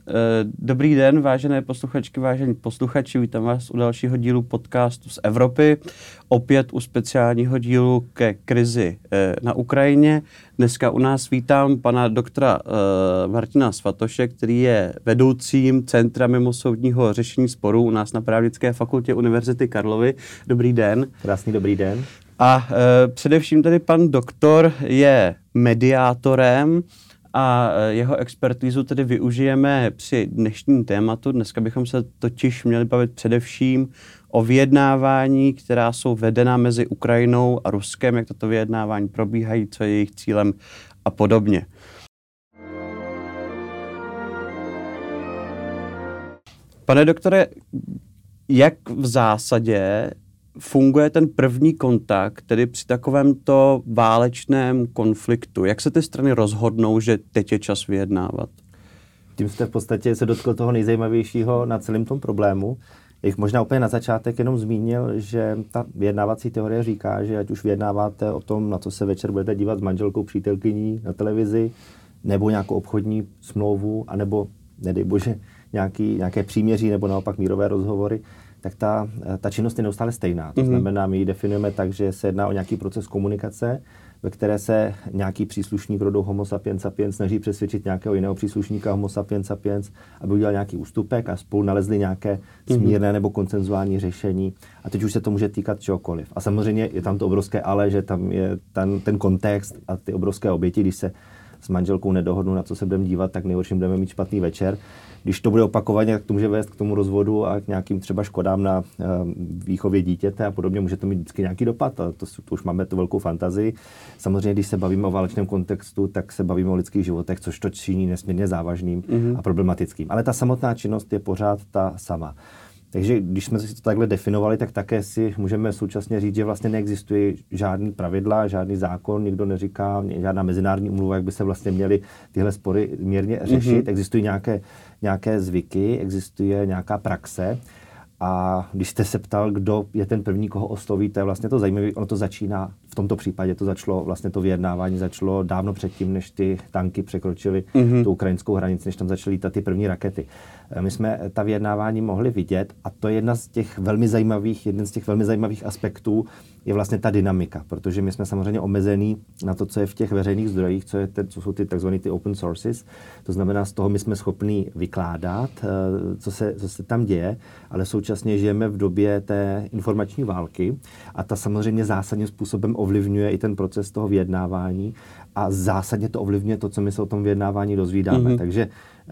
Dobrý den, vážené posluchačky, vážení posluchači, vítám vás u dalšího dílu podcastu z Evropy, opět u speciálního dílu ke krizi na Ukrajině. Dneska u nás vítám pana doktora Martina Svatoše, který je vedoucím Centra mimosoudního řešení sporů u nás na Právnické fakultě Univerzity Karlovy. Dobrý den. Krásný dobrý den. A především tady pan doktor je mediátorem, a jeho expertízu tedy využijeme při dnešním tématu. Dneska bychom se totiž měli bavit především o vyjednávání, která jsou vedena mezi Ukrajinou a Ruskem, jak tato vyjednávání probíhají, co je jejich cílem a podobně. Pane doktore, jak v zásadě funguje ten první kontakt, tedy při takovémto válečném konfliktu? Jak se ty strany rozhodnou, že teď je čas vyjednávat? Tím jste v podstatě se dotkl toho nejzajímavějšího na celém tom problému. Jak možná úplně na začátek jenom zmínil, že ta vyjednávací teorie říká, že ať už vyjednáváte o tom, na co se večer budete dívat s manželkou, přítelkyní na televizi, nebo nějakou obchodní smlouvu, anebo, nedej bože, nějaké příměří, nebo naopak mírové rozhovory, tak ta činnost je neustále stejná. To znamená, my ji definujeme tak, že se jedná o nějaký proces komunikace, ve které se nějaký příslušník rodu Homo sapiens sapiens snaží přesvědčit nějakého jiného příslušníka Homo sapiens sapiens, aby udělal nějaký ústupek a spolu nalezli nějaké smírné nebo konsenzuální řešení. A teď už se to může týkat čehokoliv. A samozřejmě je tam to obrovské ale, že tam je ten kontext a ty obrovské oběti, když se s manželkou nedohodnu, na co se budeme dívat, tak nejhorším budeme mít špatný večer. Když to bude opakovaně, tak to může vést k tomu rozvodu a k nějakým třeba škodám na výchově dítěte a podobně. Může to mít vždycky nějaký dopad. A to už máme tu velkou fantazii. Samozřejmě, když se bavíme o válečném kontextu, tak se bavíme o lidských životech, což to činí nesmírně závažným a problematickým. Ale ta samotná činnost je pořád ta sama. Takže když jsme si to takhle definovali, tak také si můžeme současně říct, že vlastně neexistuje žádný pravidla, žádný zákon, nikdo neříká, žádná mezinárodní úmluva, jak by se vlastně měly tyhle spory mírně řešit. Existují nějaké zvyky, existuje nějaká praxe. A když jste se ptal, kdo je ten první, koho osloví, to je vlastně to zajímavé, ono to začíná, v tomto případě to začalo, vlastně to vyjednávání začalo dávno předtím, než ty tanky překročily tu ukrajinskou hranici, než tam začaly lítat ty první rakety. My jsme ta vyjednávání mohli vidět a to je jeden z těch velmi zajímavých aspektů je vlastně ta dynamika, protože my jsme samozřejmě omezení na to, co je v těch veřejných zdrojích, co jsou ty takzvané ty open sources. To znamená, z toho my jsme schopni vykládat, co se tam děje, ale současně žijeme v době té informační války a ta samozřejmě zásadním způsobem ovlivňuje i ten proces toho vyjednávání a zásadně to ovlivňuje to, co my se o tom vyjednávání dozvídáme. Takže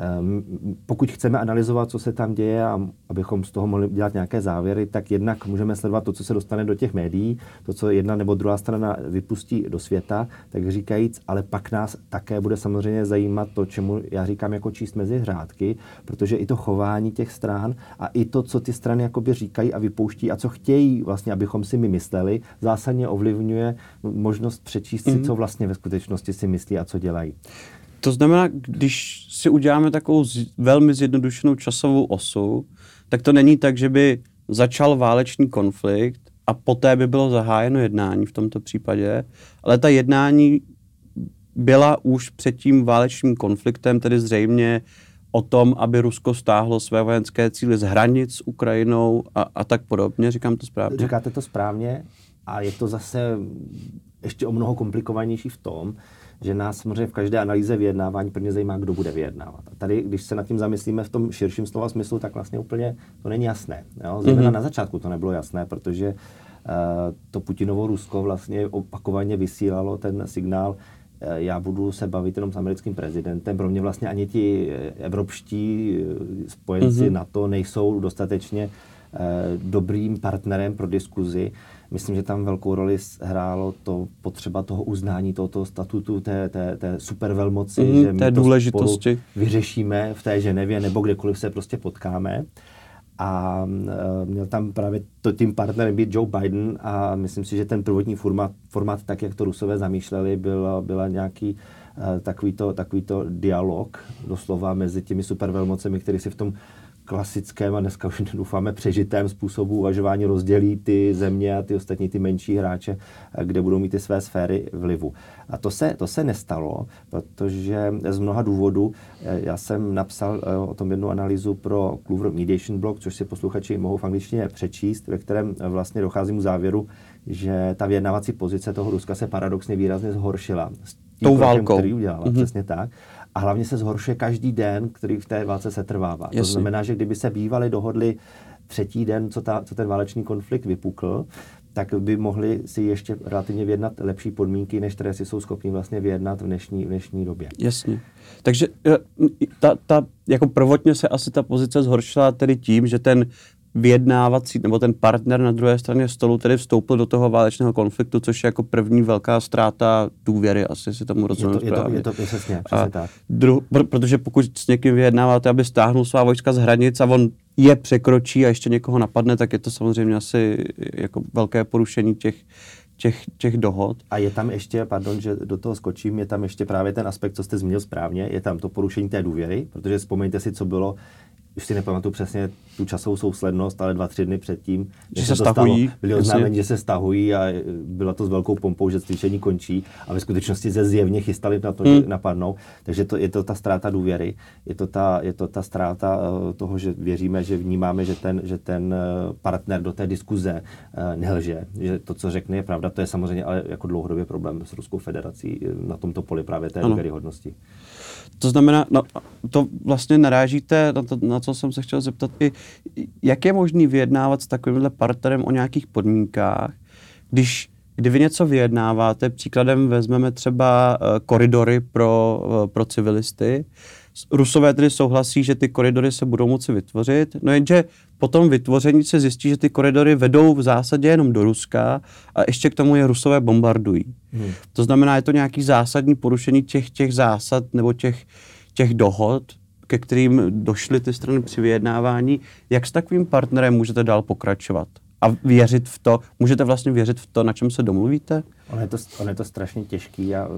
pokud chceme analyzovat, co se tam děje a abychom z toho mohli dělat nějaké závěry, tak jednak můžeme sledovat to, co se dostane do těch médií, to, co jedna nebo druhá strana vypustí do světa, tak říkajíc, ale pak nás také bude samozřejmě zajímat to, čemu já říkám jako číst mezi řádky, protože i to chování těch stran a i to, co ty strany jakoby říkají a vypouští a co chtějí vlastně, abychom si my mysleli, zásadně ovlivňuje možnost přečíst si, co vlastně ve skutečnosti si myslí a co dělají. To znamená, když si uděláme takovou velmi zjednodušenou časovou osu, tak to není tak, že by začal válečný konflikt a poté by bylo zahájeno jednání v tomto případě, ale ta jednání byla už před tím válečným konfliktem, tedy zřejmě o tom, aby Rusko stáhlo své vojenské cíle z hranic s Ukrajinou a tak podobně. Říkám to správně? Říkáte to správně a je to zase ještě o mnoho komplikovanější v tom, že nás samozřejmě v každé analýze vyjednávání prvně zajímá, kdo bude vyjednávat. A tady, když se nad tím zamyslíme v tom širším slova smyslu, tak vlastně úplně to není jasné. Zejména na začátku to nebylo jasné, protože to Putinovo Rusko vlastně opakovaně vysílalo ten signál, já budu se bavit jenom s americkým prezidentem. Pro mě vlastně ani ti evropští spojenci NATO nejsou dostatečně dobrým partnerem pro diskuzi. Myslím, že tam velkou roli hrálo to potřeba toho uznání tohoto statutu, té supervelmoci, že my to spolu vyřešíme v té Ženevě nebo kdekoliv se prostě potkáme. A měl tam právě tím partnerem být Joe Biden a myslím si, že ten prvotní formát tak, jak to Rusové zamýšleli, byla nějaký takovýto dialog doslova mezi těmi supervelmocemi, který si v tom klasickém a dneska už doufáme přežitém způsobu uvažování rozdělí ty země a ty ostatní ty menší hráče, kde budou mít ty své sféry vlivu. A to se nestalo, protože z mnoha důvodů, já jsem napsal o tom jednu analýzu pro Clover Mediation Blog, což si posluchači mohou v angličtině přečíst, ve kterém vlastně docházím k závěru, že ta vyjednávací pozice toho Ruska se paradoxně výrazně zhoršila. S tím tou krokem, válkou. který udělala, přesně tak. A hlavně se zhoršuje každý den, který v té válce se trvává. To znamená, že kdyby se bývali dohodli třetí den, co ten válečný konflikt vypukl, tak by mohli si ještě relativně vyjednat lepší podmínky, než které si jsou schopni vlastně vyjednat v dnešní době. Jasně. Takže ta jako prvotně se asi ta pozice zhoršila tedy tím, že ten vyjednávací nebo ten partner na druhé straně stolu tedy vstoupil do toho válečného konfliktu, což je jako první velká ztráta důvěry, asi si tomu rozumím správně. Je to přesně tak. Protože pokud s někým vyjednáváte, aby stáhnul svá vojska z hranic a on je překročí a ještě někoho napadne, tak je to samozřejmě asi jako velké porušení těch dohod. A je tam ještě, pardon, že do toho skočím, je tam ještě právě ten aspekt, co jste zmínil správně, je tam to porušení té důvěry, protože vzpomeňte si, co bylo, už si nepamatuju přesně tu časovou souslednost, ale 2-3 dny předtím, že se stahují, byli oznámeni, že se stahují a bylo to s velkou pompou, že cvičení končí a ve skutečnosti se zjevně chystali na to, že napadnou. Takže je to ta ztráta důvěry, je to ta ztráta toho, že věříme, že vnímáme, že ten partner do té diskuze nelže, že to, co řekne, je pravda. To je samozřejmě ale jako dlouhodobě problém s Ruskou federací na tomto poli právě té důvěryhodnosti. To znamená, no, to vlastně narážíte na co jsem se chtěl zeptat i, jak je možný vyjednávat s takovýmhle partnerem o nějakých podmínkách, kdy vy něco vyjednáváte, příkladem vezmeme třeba koridory pro civilisty. Rusové tedy souhlasí, že ty koridory se budou moci vytvořit, no jenže po tom vytvoření se zjistí, že ty koridory vedou v zásadě jenom do Ruska a ještě k tomu je Rusové bombardují. To znamená, je to nějaký zásadní porušení těch zásad nebo těch dohod, ke kterým došly ty strany při vyjednávání. Jak s takovým partnerem můžete dál pokračovat? A věřit v to, můžete vlastně věřit v to, na čem se domluvíte? Ono je to strašně těžký a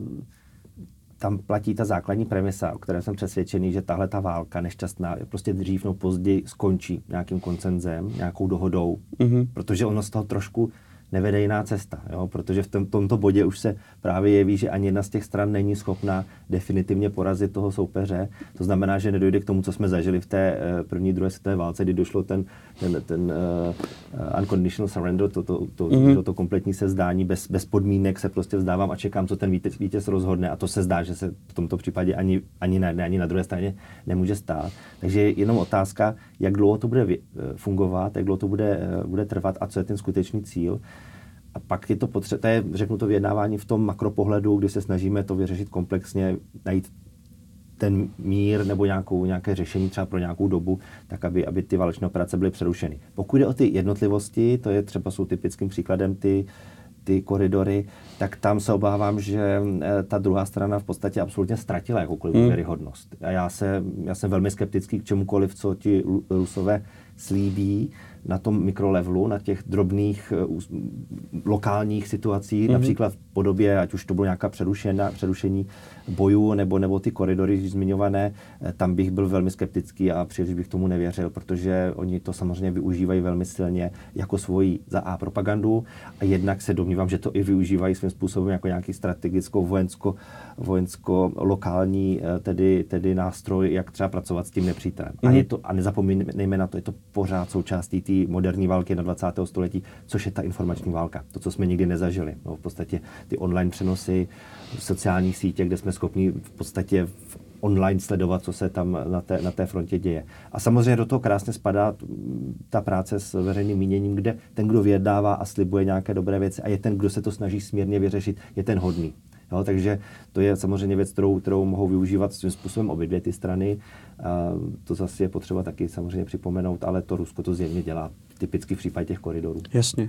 tam platí ta základní premisa, o které jsem přesvědčený, že tahle ta válka nešťastná prostě dřív nebo později skončí nějakým koncenzem, nějakou dohodou, protože ono z toho trošku nevede jiná cesta, jo? Protože v tomto bodě už se právě jeví, že ani jedna z těch stran není schopná definitivně porazit toho soupeře. To znamená, že nedojde k tomu, co jsme zažili v té první, druhé světové válce, kdy došlo ten unconditional surrender, to kompletní sezdání, bez podmínek se prostě vzdávám a čekám, co ten vítěz rozhodne, a to se zdá, že se v tomto případě ani na jedné, ani na druhé straně nemůže stát. Takže je jenom otázka, jak dlouho to bude fungovat, jak dlouho to bude trvat a co je ten skutečný cíl. A pak je to řeknu to vyjednávání v tom makropohledu, kdy se snažíme to vyřešit komplexně, najít ten mír nebo nějaké řešení třeba pro nějakou dobu, tak aby ty válečné operace byly přerušeny. Pokud jde o ty jednotlivosti, to je třeba jsou typickým příkladem ty koridory, tak tam se obávám, že ta druhá strana v podstatě absolutně ztratila jakoukoliv důvěryhodnost. A já jsem velmi skeptický k čemukoliv, co ti Rusové slíbí na tom mikrolevelu, na těch drobných lokálních situacích, například v podobě, ať už to bylo nějaká přerušení bojů nebo ty koridory zmiňované, tam bych byl velmi skeptický a příliš bych tomu nevěřil, protože oni to samozřejmě využívají velmi silně jako svoji propagandu a jednak se domnívám, že to i využívají svým způsobem jako nějaký strategickou vojensko-lokální tedy nástroj, jak třeba pracovat s tím nepřítelem. A nezapomínejme na to, je to pořád součástí té moderní války na 20. století, což je ta informační válka. To, co jsme nikdy nezažili. No, v podstatě ty online přenosy, sociální sítě, kde jsme schopni v podstatě online sledovat, co se tam na té frontě děje. A samozřejmě do toho krásně spadá ta práce s veřejným míněním, kde ten, kdo vyjednává a slibuje nějaké dobré věci a je ten, kdo se to snaží smírně vyřešit, je ten hodný. Jo, takže to je samozřejmě věc, kterou mohou využívat svým způsobem obě dvě ty strany. To zase je potřeba taky samozřejmě připomenout, ale to Rusko to zjevně dělá, typicky v případě těch koridorů. Jasně.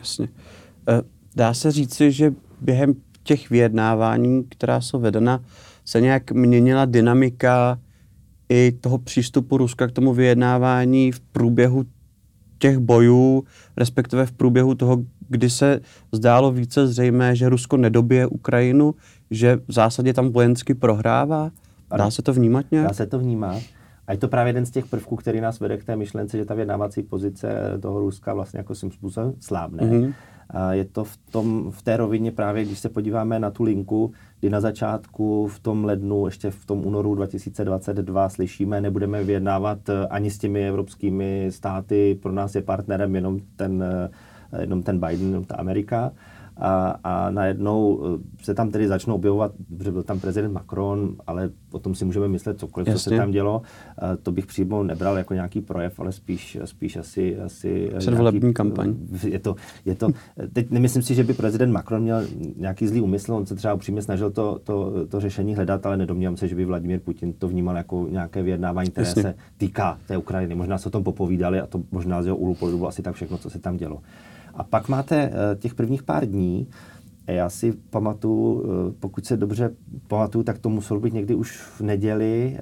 Dá se říci, že během těch vyjednávání, která jsou vedena, se nějak měnila dynamika i toho přístupu Ruska k tomu vyjednávání v průběhu těch bojů, respektive v průběhu toho, kdy se zdálo více zřejmé, že Rusko nedobije Ukrajinu, že v zásadě tam vojensky prohrává? Dá se to vnímat nějak? Dá se to vnímat. A je to právě jeden z těch prvků, který nás vede k té myšlence, že ta vyjednávací pozice toho Ruska vlastně jako svým způsobem slábne. Mm-hmm. Je to v té rovině právě, když se podíváme na tu linku, kdy na začátku v tom lednu, ještě v tom únoru 2022 slyšíme, nebudeme vyjednávat ani s těmi evropskými státy, pro nás je partnerem jenom ten Biden, ta Amerika. A najednou se tam tedy začnou objevovat, protože byl tam prezident Macron, ale o tom si můžeme myslet cokoliv, co se tam dělo. To bych přímo nebral jako nějaký projev, ale spíš asi předvolební kampaň. Je to, teď nemyslím si, že by prezident Macron měl nějaký zlý úmysl, on se třeba upřímně snažil to řešení hledat, ale nedomnívám se, že by Vladimír Putin to vnímal jako nějaké vyjednávání, které se týká té Ukrajiny. Možná se o tom popovídali a to možná z jeho úhlu pohledu bylo asi tak všechno, co se tam dělo. A pak máte těch prvních pár dní, já si pamatuju, pokud se dobře pamatuju, tak to muselo být někdy už v neděli,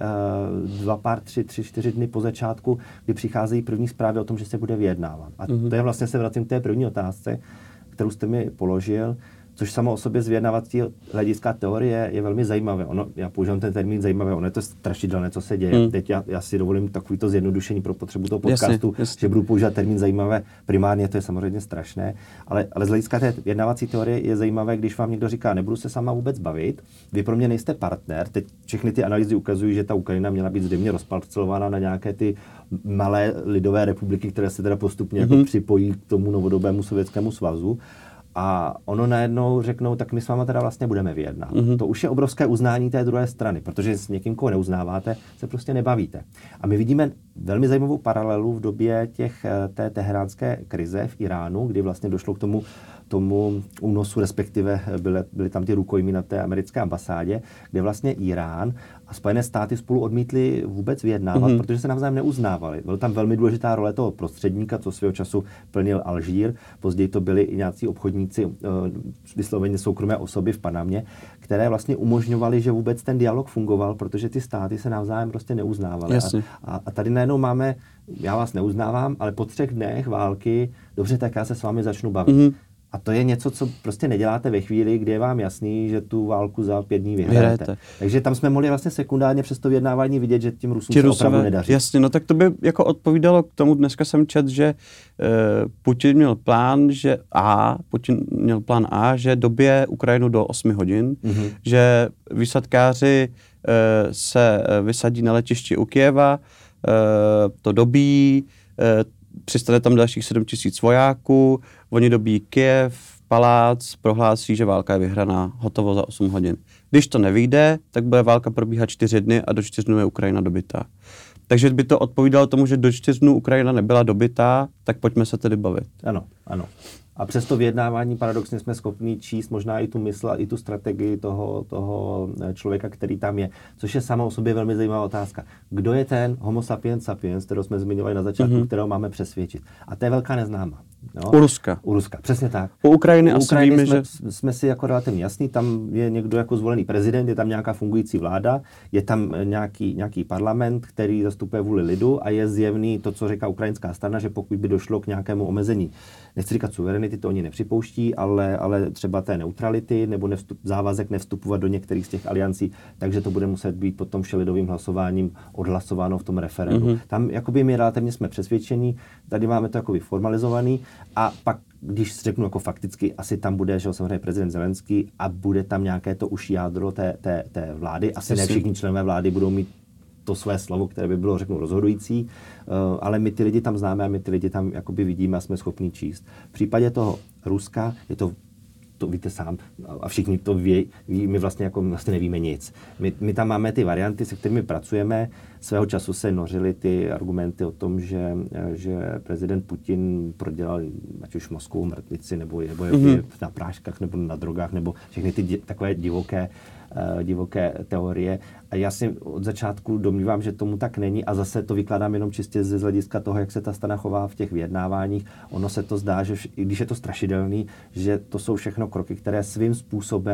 4 dny po začátku, kdy přicházejí první zprávy o tom, že se bude vyjednávat. A to je vlastně, se vracím k té první otázce, kterou jste mi položil, což samo o sobě z vyjednávacího hlediska teorie je velmi zajímavé. Já používám ten termín zajímavé, ono je to strašidelné, co se děje. Teď já si dovolím takovýto zjednodušení pro potřebu toho podcastu, jasně. Že budu používat termín zajímavé. Primárně to je samozřejmě strašné, ale z hlediska té vyjednávací teorie je zajímavé, když vám někdo říká, nebudu se sama vůbec bavit, vy pro mě nejste partner. Teď všechny ty analýzy ukazují, že ta Ukrajina měla být zřejmě rozparcelována na nějaké ty malé lidové republiky, které se teda postupně jako připojí k tomu novodobému Sovětskému svazu. A ono najednou řeknou, tak my s váma teda vlastně budeme vyjednávat. To už je obrovské uznání té druhé strany, protože s někým, koho neuznáváte, se prostě nebavíte. A my vidíme velmi zajímavou paralelu v době té teheránské krize v Iránu, kdy vlastně došlo k tomu únosu, respektive byly tam ty rukojmí na té americké ambasádě, kde vlastně Irán a Spojené státy spolu odmítli vůbec vyjednávat, protože se navzájem neuznávali. Byla tam velmi důležitá role toho prostředníka, co svého času plnil Alžír, později to byli i nějací obchodníci, vysloveně soukromé osoby v Panamě, které vlastně umožňovali, že vůbec ten dialog fungoval, protože ty státy se navzájem prostě neuznávaly. A tady najednou máme, já vás neuznávám, ale po 3 dnech války, dobře, tak já se s vámi začnu bavit. A to je něco, co prostě neděláte ve chvíli, kdy je vám jasný, že tu válku za 5 dní vyhrajete. Takže tam jsme mohli vlastně sekundárně přes to vyjednávání vidět, že tím Rusům se opravdu nedaří. Jasně, no tak to by jako odpovídalo k tomu, dneska jsem četl, že Putin měl plán A, že dobije Ukrajinu do 8 hodin, že výsadkáři se vysadí na letišti u Kyjeva, to dobíjí, přistane tam dalších 7 000 vojáků, oni dobíjí Kyjev, palác, prohlásí, že válka je vyhraná, hotovo za 8 hodin. Když to nevyjde, tak bude válka probíhat 4 dny a do 4 dnů je Ukrajina dobytá. Takže by to odpovídalo tomu, že do 4 dnů Ukrajina nebyla dobytá, tak pojďme se tedy bavit. Ano. A přes to vyjednávání paradoxně jsme schopni číst možná i tu mysl a i tu strategii toho člověka, který tam je. Což je sama o sobě velmi zajímavá otázka. Kdo je ten homo sapiens sapiens, kterou jsme zmiňovali na začátku, kterého máme přesvědčit? A to je velká neznámá. No? U Ruska, přesně tak. U Ukrajiny asi víme, že jsme si jako relativně jasný, tam je někdo jako zvolený prezident, je tam nějaká fungující vláda, je tam nějaký parlament, který zastupuje vůli lidu a je zjevný to, co říká ukrajinská strana, že pokud by došlo k nějakému omezení, nechci říkat suverenity, to oni nepřipouští, ale třeba té neutrality nebo závazek nevstupovat do některých z těch aliancí, takže to bude muset být potom všelidovým hlasováním odhlasováno v tom referendu. Tam jakoby my relativně jsme přesvědčení, tady máme to jakoby formalizovaný a pak, když řeknu jako fakticky, asi tam bude, že samozřejmě prezident Zelenský a bude tam nějaké to uší jádro té vlády. Asi ne všichni členové vlády budou mít to své slovo, které by bylo, řeknu, rozhodující, ale my ty lidi tam známe a my ty lidi tam jakoby vidíme a jsme schopni číst. V případě toho Ruska je to víte sám a všichni to ví, my vlastně nevíme nic. My tam máme ty varianty, se kterými pracujeme. Svého času se nořily ty argumenty o tom, že prezident Putin prodělal ať už mozkovou mrtvici, nebo je na práškách, nebo na drogách, nebo všechny ty takové divoké teorie. A já si od začátku domnívám, že tomu tak není a zase to vykládám jenom čistě z hlediska toho, jak se ta strana chová v těch vyjednáváních. Ono se to zdá, že i když je to strašidelný, že to jsou všechno kroky, které svým způsobem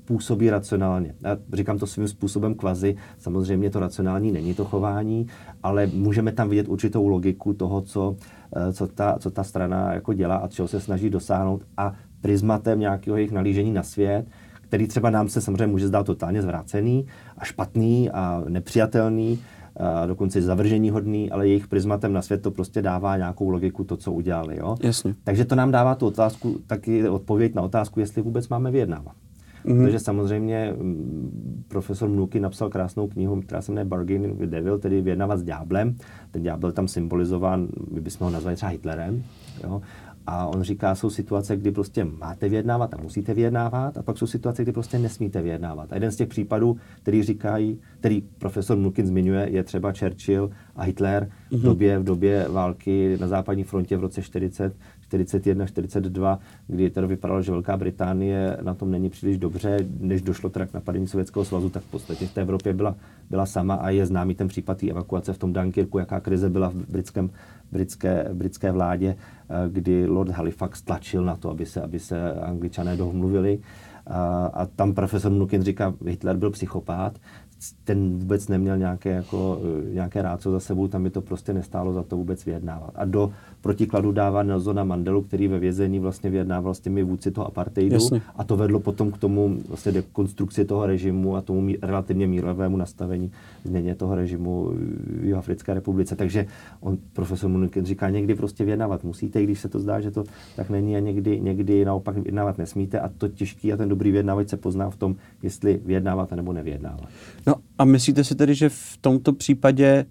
působí racionálně. Já říkám to svým způsobem kvazi, samozřejmě to racionální není to chování, ale můžeme tam vidět určitou logiku toho, co ta strana jako dělá a čeho se snaží dosáhnout a prismatem nějakého jejich nalížení na svět, který třeba nám se samozřejmě může zdát totálně zvrácený a špatný a nepřijatelný, a dokonce zavrženíhodný, ale jejich prismatem na svět to prostě dává nějakou logiku to, co udělali. Jo? Jasně. Takže to nám dává tu otázku, taky odpověď na otázku, jestli vůbec máme vyjednávat. Protože samozřejmě profesor Mnuchin napsal krásnou knihu, která se jmenuje Bargaining with Devil, tedy vyjednávat s ďáblem. Ten ďábel tam symbolizován, my bychom ho nazvali třeba Hitlerem. Jo? A on říká, jsou situace, kdy prostě máte vyjednávat a musíte vyjednávat, a pak jsou situace, kdy prostě nesmíte vyjednávat. A jeden z těch případů, který profesor Mnuchin zmiňuje, je třeba Churchill a Hitler v době války na západní frontě v roce 41, 42, kdy teda vypadalo, že Velká Británie na tom není příliš dobře, než došlo teda k napadení Sovětského svazu, tak v podstatě v té Evropě byla sama a je známý ten případ té evakuace v tom Dunkirku, jaká krize byla v britské vládě, kdy Lord Halifax tlačil na to, aby se Angličané domluvili. A tam profesor Mnuchin říká, Hitler byl psychopát, ten vůbec neměl nějaké rácio za sebou, tam by to prostě nestálo za to vůbec vyjednávat. A do protikladu dává Nelsona Mandelu, který ve vězení vlastně vyjednával s těmi vůdci toho apartheidu. Jasně. A to vedlo potom k tomu vlastně dekonstrukci toho režimu a tomu relativně mírovému nastavení změně toho režimu v Jihoafrické republice. Takže profesor Mnuchin říká, někdy prostě vyjednávat musíte, když se to zdá, že to tak není, a někdy naopak vyjednávat nesmíte, a to těžký a ten dobrý vyjednávač se pozná v tom, jestli vyjednávat nebo nevyjednávat. No a myslíte si tedy, že v tomto případě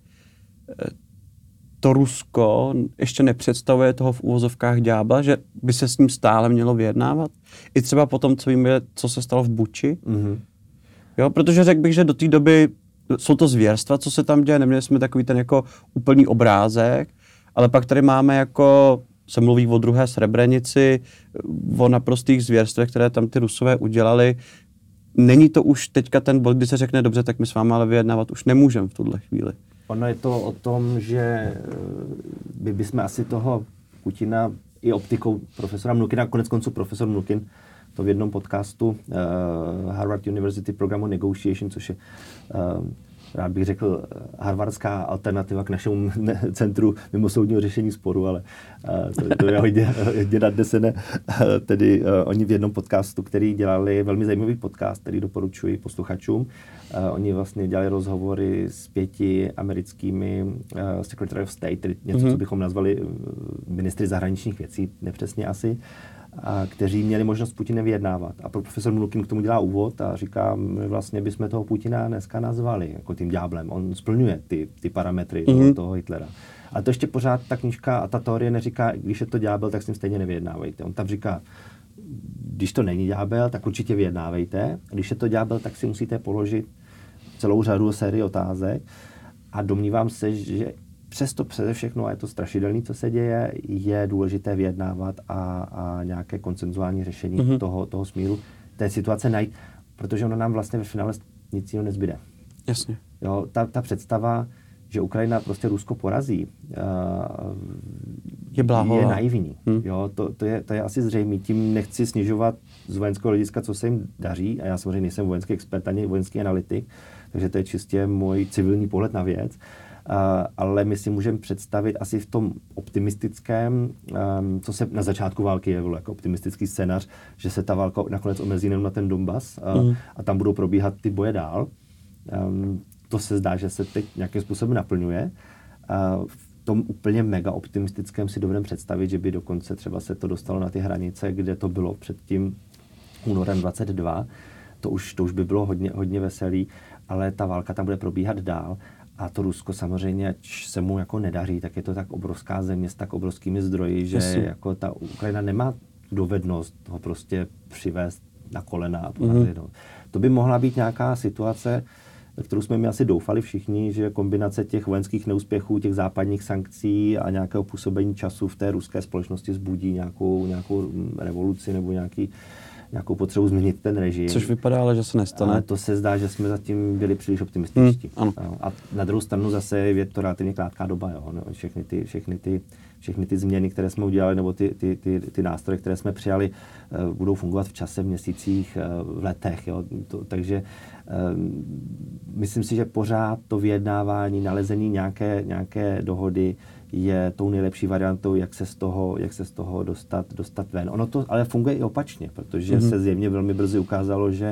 to Rusko ještě nepředstavuje toho v úvozovkách ďábla, že by se s ním stále mělo vyjednávat? I třeba po tom, co víme, co se stalo v Buči? Mm-hmm. Jo, protože řekl bych, že do té doby jsou to zvěrstva, co se tam děje, neměli jsme takový ten jako úplný obrázek, ale pak tady máme jako, se mluví o druhé Srebrenici, o naprostých zvěrstvech, které tam ty Rusové udělali. Není to už teďka ten bod, kdy se řekne, dobře, tak my s vámi ale vyjednávat už nemůžeme v tuhle chvíli. Ono je to o tom, že bychom asi toho Putina i optikou profesora Mnuchina, konec konců profesor Mnuchin to v jednom podcastu Harvard University Program on Negotiation, což je, rád bych řekl, harvardská alternativa k našemu centru mimosoudního řešení sporu, ale to je hodně nadnesené. Tedy oni v jednom podcastu, který dělali, velmi zajímavý podcast, který doporučuji posluchačům, oni vlastně dělali rozhovory s 5 americkými Secretary of State, tedy něco, co bychom nazvali ministry zahraničních věcí, nepřesně asi, kteří měli možnost s Putinem vyjednávat. A profesor Mnuchin k tomu dělá úvod a říká, my vlastně bychom toho Putina dneska nazvali jako tím ďáblem. On splňuje ty parametry toho Hitlera. Ale to ještě pořád ta knížka a ta teorie neříká, když je to ďábel, tak s ním stejně nevyjednávejte. On tam říká, když to není ďábel, tak určitě vyjednávejte. Když je to ďábel, tak si musíte položit celou řadu sérii otázek. A domnívám se, že přesto přeze všechno, a je to strašidelné, co se děje, je důležité vyjednávat a nějaké konsenzuální řešení toho smíru, té situace najít, protože ono nám vlastně ve finále nic jiného nezbyde. Jasně. Jo, ta představa, že Ukrajina prostě Rusko porazí, je naivní. Jo, to je asi zřejmé. Tím nechci snižovat z vojenského hlediska, co se jim daří, a já samozřejmě nejsem vojenský expert ani vojenský analytik, takže to je čistě můj civilní pohled na věc. Ale my si můžeme představit asi v tom optimistickém, co se na začátku války jevilo jako optimistický scénář, že se ta válka nakonec omezí jenom na ten Donbas a tam budou probíhat ty boje dál. To se zdá, že se teď nějakým způsobem naplňuje. V tom úplně mega optimistickém si dovedeme představit, že by dokonce třeba se to dostalo na ty hranice, kde to bylo před tím únorem 22. To už by bylo hodně veselý, ale ta válka tam bude probíhat dál. A to Rusko samozřejmě, ať se mu jako nedaří, tak je to tak obrovská země s tak obrovskými zdroji, že jako ta Ukrajina nemá dovednost ho prostě přivést na kolena a porazit. To by mohla být nějaká situace, kterou jsme mi asi doufali všichni, že kombinace těch vojenských neúspěchů, těch západních sankcí a nějakého působení času v té ruské společnosti zbudí nějakou revoluci nebo nějakou potřebu změnit ten režim. Což vypadá, ale že se nestane. Ale to se zdá, že jsme zatím byli příliš optimističtí. Ano. A na druhou stranu zase je to relativně krátká doba. Jo? No, všechny ty změny, které jsme udělali, nebo ty nástroje, které jsme přijali, budou fungovat v čase, v měsících, v letech. Jo? Takže myslím si, že pořád to vyjednávání, nalezení nějaké dohody je tou nejlepší variantou, jak se z toho dostat ven. Ono to ale funguje i opačně, protože se zjevně velmi brzy ukázalo, že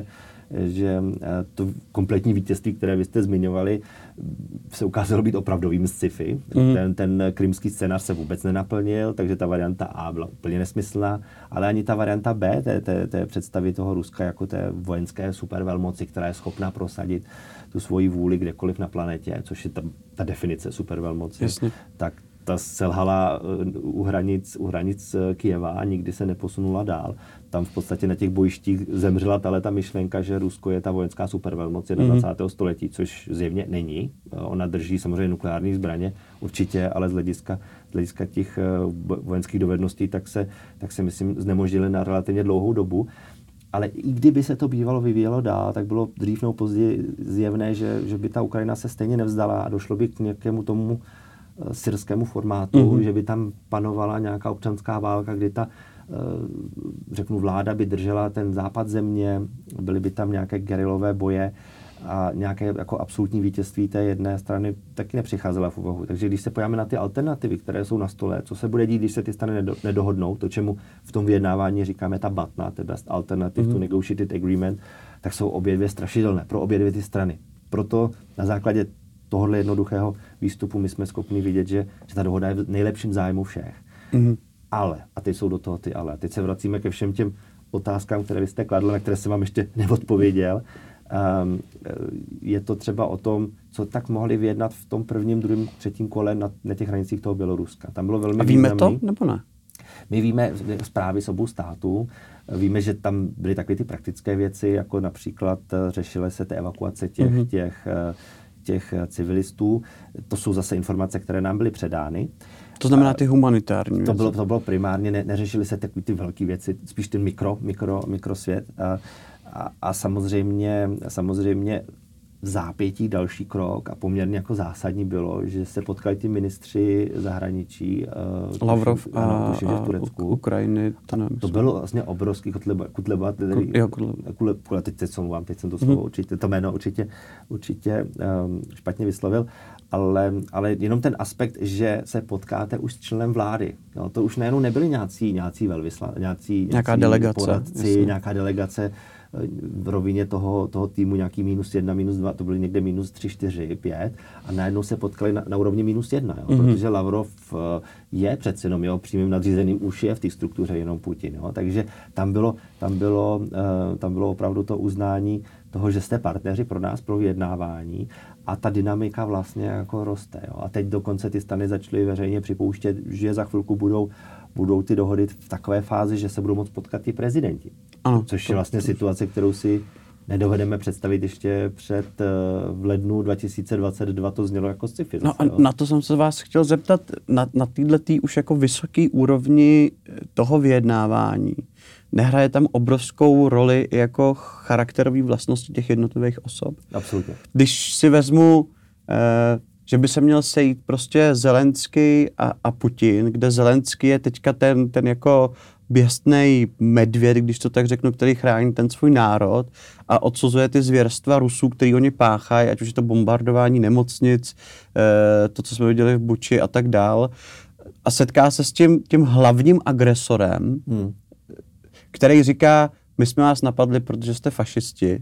to kompletní vítězství, které vy jste zmiňovali, se ukázalo být opravdovým sci-fi. Ten krymský scénář se vůbec nenaplnil, takže ta varianta A byla úplně nesmyslná, ale ani ta varianta B, té představy toho Ruska jako té vojenské supervelmoci, která je schopná prosadit tu svoji vůli kdekoliv na planetě, což je ta definice supervelmoci, tak ta selhala u hranic Kyjeva a nikdy se neposunula dál. Tam v podstatě na těch bojištích zemřela ta myšlenka, že Rusko je ta vojenská supervelmoc 21. století, což zjevně není. Ona drží samozřejmě nukleární zbraně, určitě, ale z hlediska těch vojenských dovedností, tak se myslím, znemožnili na relativně dlouhou dobu. Ale i kdyby se to bývalo vyvíjelo dál, tak bylo dřív nebo později zjevné, že by ta Ukrajina se stejně nevzdala a došlo by k nějakému tomu syrskému formátu, že by tam panovala nějaká občanská válka, kdy ta, řeknu, vláda by držela ten západ země, byly by tam nějaké gerilové boje a nějaké jako absolutní vítězství té jedné strany taky nepřicházela v úvahu. Takže když se podíváme na ty alternativy, které jsou na stole, co se bude dít, když se ty strany nedohodnou, to, čemu v tom vyjednávání říkáme ta BATNA, the best alternative to negotiated agreement, tak jsou obě dvě strašidelné pro obě dvě ty strany. Proto na základě tohohle jednoduchého výstupu my jsme schopni vidět, že ta dohoda je v nejlepším zájmu všech. Ale, a teď jsou do toho ty ale. Teď se vracíme ke všem těm otázkám, které vy jste kladl, na které jsem vám ještě neodpověděl. Je to třeba o tom, co tak mohli vyjednat v tom prvním, druhém, třetím kole na těch hranicích toho Běloruska. Tam bylo velmi významný. A víme to, nebo ne? My víme zprávy z obou států, víme, že tam byly takové ty praktické věci, jako například řešily se ty evakuace těch civilistů. To jsou zase informace, které nám byly předány. To znamená ty humanitární věci. To bylo primárně, neřešily se takové ty velké věci, spíš ten mikrosvět. A samozřejmě v zápětí další krok a poměrně jako zásadní bylo, že se potkali ty ministři zahraničí. Lavrov a v Turecku. Ukrajiny. To bylo vlastně obrovský Kutleba, teď jsem to slovo určitě, to jméno určitě špatně vyslovil, ale jenom ten aspekt, že se potkáte už s členem vlády. Jo, to už najednou nebyli nějací nějaká delegace, poradci, nějaká delegace v rovině toho týmu nějaký -1, -2, to byly někde -3, 4, 5 a najednou se potkali na úrovni -1, jo, protože Lavrov je přece jenom jeho přímým nadřízeným, už je v té struktuře jenom Putin. Jo, takže tam bylo opravdu to uznání toho, že jste partneři pro nás, pro vyjednávání a ta dynamika vlastně jako roste. Jo. A teď dokonce ty strany začaly veřejně připouštět, že za chvilku budou ty dohody v takové fázi, že se budou moct potkat i prezidenti. Ano, což je vlastně situace, kterou si nedovedeme představit ještě v lednu 2022, to znělo jako sci-fi. No a na to jsem se vás chtěl zeptat, na této už jako vysoký úrovni toho vyjednávání. Nehraje tam obrovskou roli jako charakterové vlastnosti těch jednotlivých osob? Absolutně. Když si vezmu, že by se měl sejít prostě Zelenský a Putin, kde Zelenský je teďka ten jako běstnej medvěd, když to tak řeknu, který chrání ten svůj národ a odsuzuje ty zvěrstva Rusů, který oni páchají, ať už je to bombardování nemocnic, to, co jsme viděli v Buči a tak dál. A setká se s tím hlavním agresorem, který říká, my jsme vás napadli, protože jste fašisti.